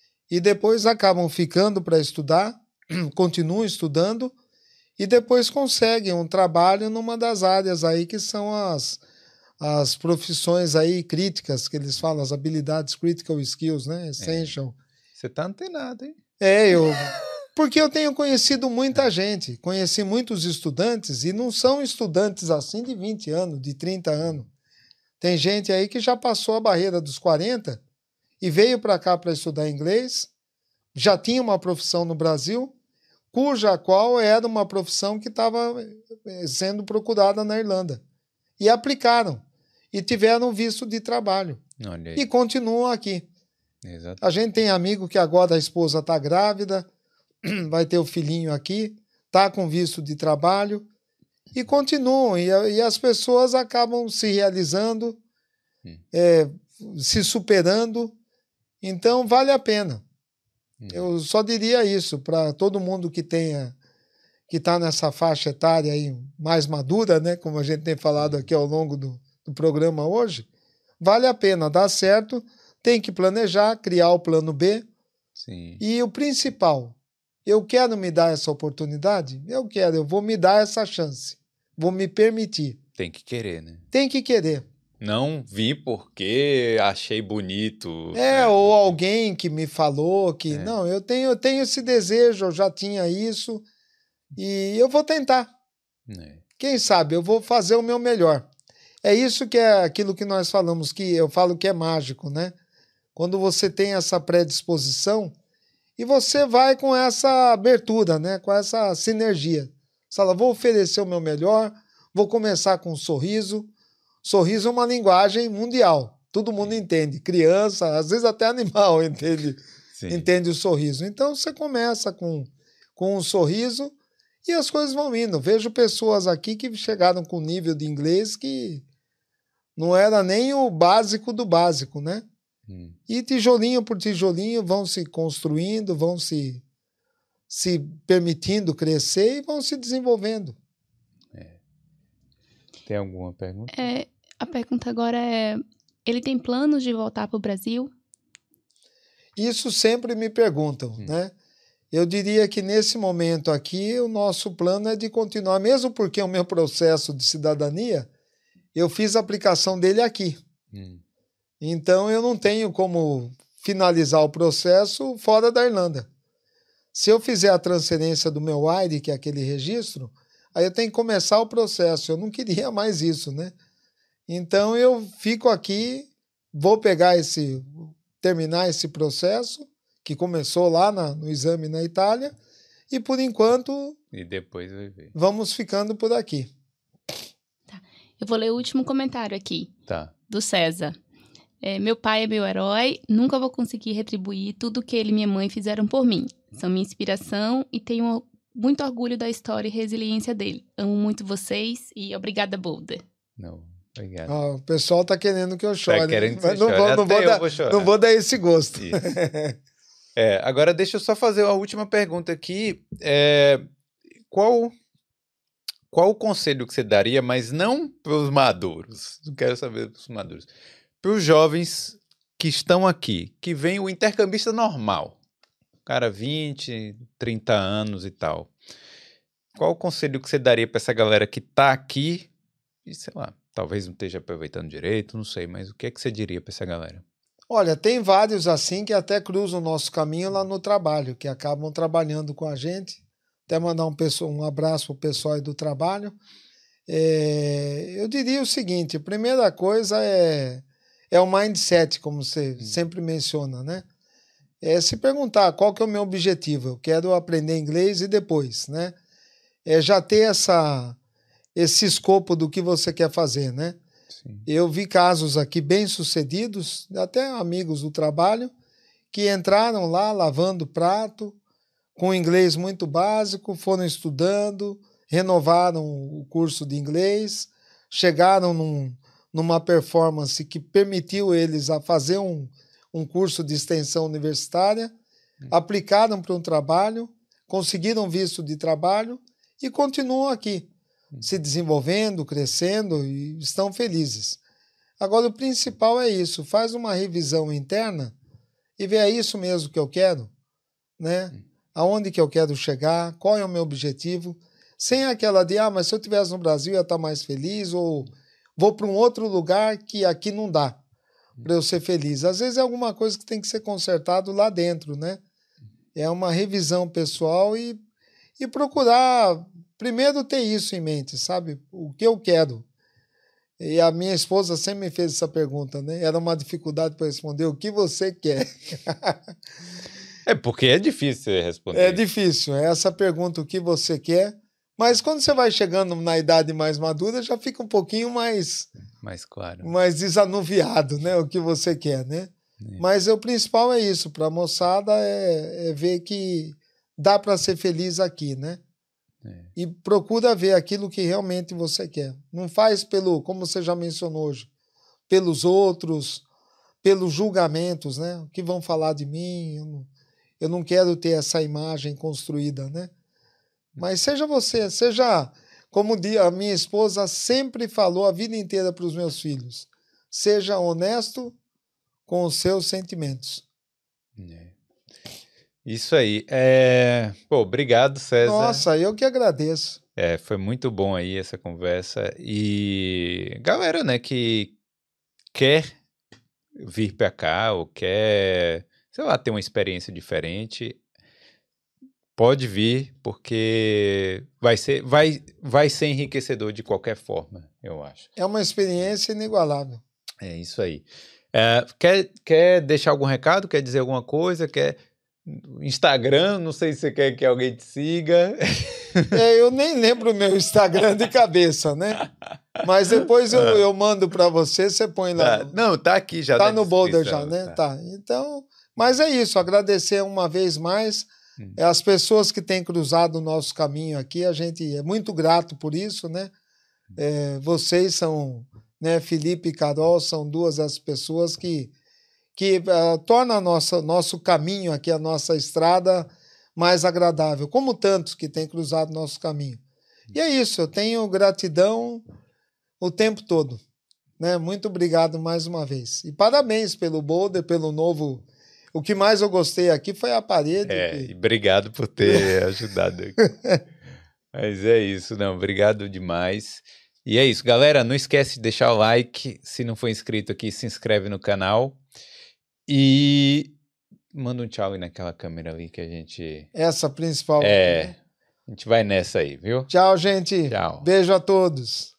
e depois acabam ficando para estudar, continuam estudando e depois conseguem um trabalho numa das áreas aí que são as, as profissões aí críticas, que eles falam, as habilidades critical skills, né? Essential. Você tá antenado, hein? É, eu... Porque eu tenho conhecido muita gente, conheci muitos estudantes e não são estudantes assim de vinte anos, de trinta anos. Tem gente aí que já passou a barreira dos quarenta e veio para cá para estudar inglês, já tinha uma profissão no Brasil, cuja qual era uma profissão que estava sendo procurada na Irlanda. E aplicaram, e tiveram visto de trabalho. Olha aí. E continuam aqui. Exato. A gente tem amigo que agora a esposa está grávida, vai ter o filhinho aqui, está com visto de trabalho, e continuam, e, e as pessoas acabam se realizando, hum. é, se superando, então vale a pena. Hum. Eu só diria isso para todo mundo que tenha, que está nessa faixa etária aí mais madura, né, como a gente tem falado aqui ao longo do, do programa hoje, vale a pena, dá certo, tem que planejar, criar o plano B. Sim. E o principal, eu quero me dar essa oportunidade? Eu quero, eu vou me dar essa chance. Vou me permitir. Tem que querer, né? Tem que querer. Não vi porque achei bonito. É, né? ou alguém que me falou que... É. Não, eu tenho, eu tenho esse desejo, eu já tinha isso e eu vou tentar. É. Quem sabe, eu vou fazer o meu melhor. É isso que é aquilo que nós falamos, que eu falo que é mágico, né? Quando você tem essa predisposição e você vai com essa abertura, né? Com essa sinergia. Você fala, vou oferecer o meu melhor, vou começar com um sorriso. Sorriso é uma linguagem mundial. Todo mundo entende. Criança, às vezes até animal entende, entende o sorriso. Então você começa com, com um sorriso e as coisas vão indo. Vejo pessoas aqui que chegaram com nível de inglês que não era nem o básico do básico, né? Hum. E tijolinho por tijolinho vão se construindo, vão se... se permitindo crescer e vão se desenvolvendo. É. Tem alguma pergunta? É, a pergunta agora é, ele tem planos de voltar para o Brasil? Isso sempre me perguntam, hum. né? Eu diria que nesse momento aqui o nosso plano é de continuar, mesmo porque o meu processo de cidadania, eu fiz a aplicação dele aqui. Hum. Então eu não tenho como finalizar o processo fora da Irlanda. Se eu fizer a transferência do meu I D, que é aquele registro, aí eu tenho que começar o processo. Eu não queria mais isso, né? Então eu fico aqui, vou pegar esse, terminar esse processo, que começou lá na, no exame na Itália, e por enquanto... E depois vai ver. Vamos ficando por aqui. Tá. Eu vou ler o último comentário aqui. Tá. Do César. É, meu pai é meu herói, nunca vou conseguir retribuir tudo que ele e minha mãe fizeram por mim. São minha inspiração e tenho muito orgulho da história e resiliência dele. Amo muito vocês e obrigada, Boulder. Não, obrigado. Ah, o pessoal tá querendo que eu chore. Tá querendo que mas você não, chore. vou, não, vou dar, vou não vou dar esse gosto. é, agora deixa eu só fazer uma última pergunta aqui. É, qual, qual o conselho que você daria, mas não para os maduros? Não quero saber dos maduros. Para os jovens que estão aqui, que vem o intercambista normal, cara, vinte, trinta anos e tal. Qual o conselho que você daria para essa galera que está aqui e, sei lá, talvez não esteja aproveitando direito, não sei, mas o que é que você diria para essa galera? Olha, tem vários assim que até cruzam o nosso caminho lá no trabalho, que acabam trabalhando com a gente. Até mandar um, pessoal, um abraço para o pessoal aí do trabalho. É, eu diria o seguinte, a primeira coisa é, é o mindset, como você hum. sempre menciona, né? É se perguntar qual que é o meu objetivo. Eu quero aprender inglês e depois, né? É já ter essa, esse escopo do que você quer fazer, né? Sim. Eu vi casos aqui bem-sucedidos, até amigos do trabalho, que entraram lá lavando prato, com inglês muito básico, foram estudando, renovaram o curso de inglês, chegaram num, numa performance que permitiu eles a fazer um, um curso de extensão universitária, hum. aplicaram para um trabalho, conseguiram visto de trabalho e continuam aqui, se desenvolvendo, crescendo e estão felizes. Agora, o principal é isso, faz uma revisão interna e vê, é isso mesmo que eu quero, né? Aonde que eu quero chegar, qual é o meu objetivo, sem aquela de, ah, mas se eu estivesse no Brasil eu ia estar mais feliz, ou vou para um outro lugar que aqui não dá para eu ser feliz. Às vezes é alguma coisa que tem que ser consertado lá dentro, né? É uma revisão pessoal e, e procurar... Primeiro ter isso em mente, sabe? O que eu quero. E a minha esposa sempre me fez essa pergunta, né? Era uma dificuldade para responder o que você quer. É porque é difícil responder. É difícil. É essa pergunta, o que você quer. Mas quando você vai chegando na idade mais madura, já fica um pouquinho mais... Mais claro. Mais desanuviado, né? O que você quer, né? É. Mas o principal é isso. Para a moçada é, é ver que dá para ser feliz aqui, né? É. E procura ver aquilo que realmente você quer. Não faz pelo, como você já mencionou hoje, pelos outros, pelos julgamentos, né? O que vão falar de mim? Eu não, eu não quero ter essa imagem construída, né? Mas seja você, seja, como a minha esposa sempre falou a vida inteira para os meus filhos, seja honesto com os seus sentimentos. É. Isso aí. É... Pô, obrigado, César. Nossa, eu que agradeço. É, foi muito bom aí essa conversa. E galera, né, que quer vir para cá ou quer, sei lá, ter uma experiência diferente, pode vir, porque vai ser, vai, vai ser enriquecedor de qualquer forma, eu acho. É uma experiência inigualável. É isso aí. É, quer, quer deixar algum recado? Quer dizer alguma coisa? Quer... Instagram, não sei se você quer que alguém te siga. É, eu nem lembro o meu Instagram de cabeça, né? Mas depois eu, eu mando para você, você põe lá. Tá. Não, tá aqui já. Tá no Boulder já, né? Tá. tá. Então, mas é isso, agradecer uma vez mais hum. as pessoas que têm cruzado o nosso caminho aqui, a gente é muito grato por isso, né? É, vocês são, né, Felipe e Carol, são duas das pessoas que que uh, torna a nossa, nosso caminho aqui, a nossa estrada mais agradável, como tantos que têm cruzado nosso caminho. E é isso, eu tenho gratidão o tempo todo, né? Muito obrigado mais uma vez. E parabéns pelo Boulder, pelo novo... O que mais eu gostei aqui foi a parede. É, que... obrigado por ter ajudado aqui. Mas é isso, não, obrigado demais. E é isso, galera, não esquece de deixar o like, se não for inscrito aqui, se inscreve no canal. E manda um tchau aí naquela câmera ali que a gente... Essa principal. É, né? A gente vai nessa aí, viu? Tchau, gente. Tchau. Beijo a todos.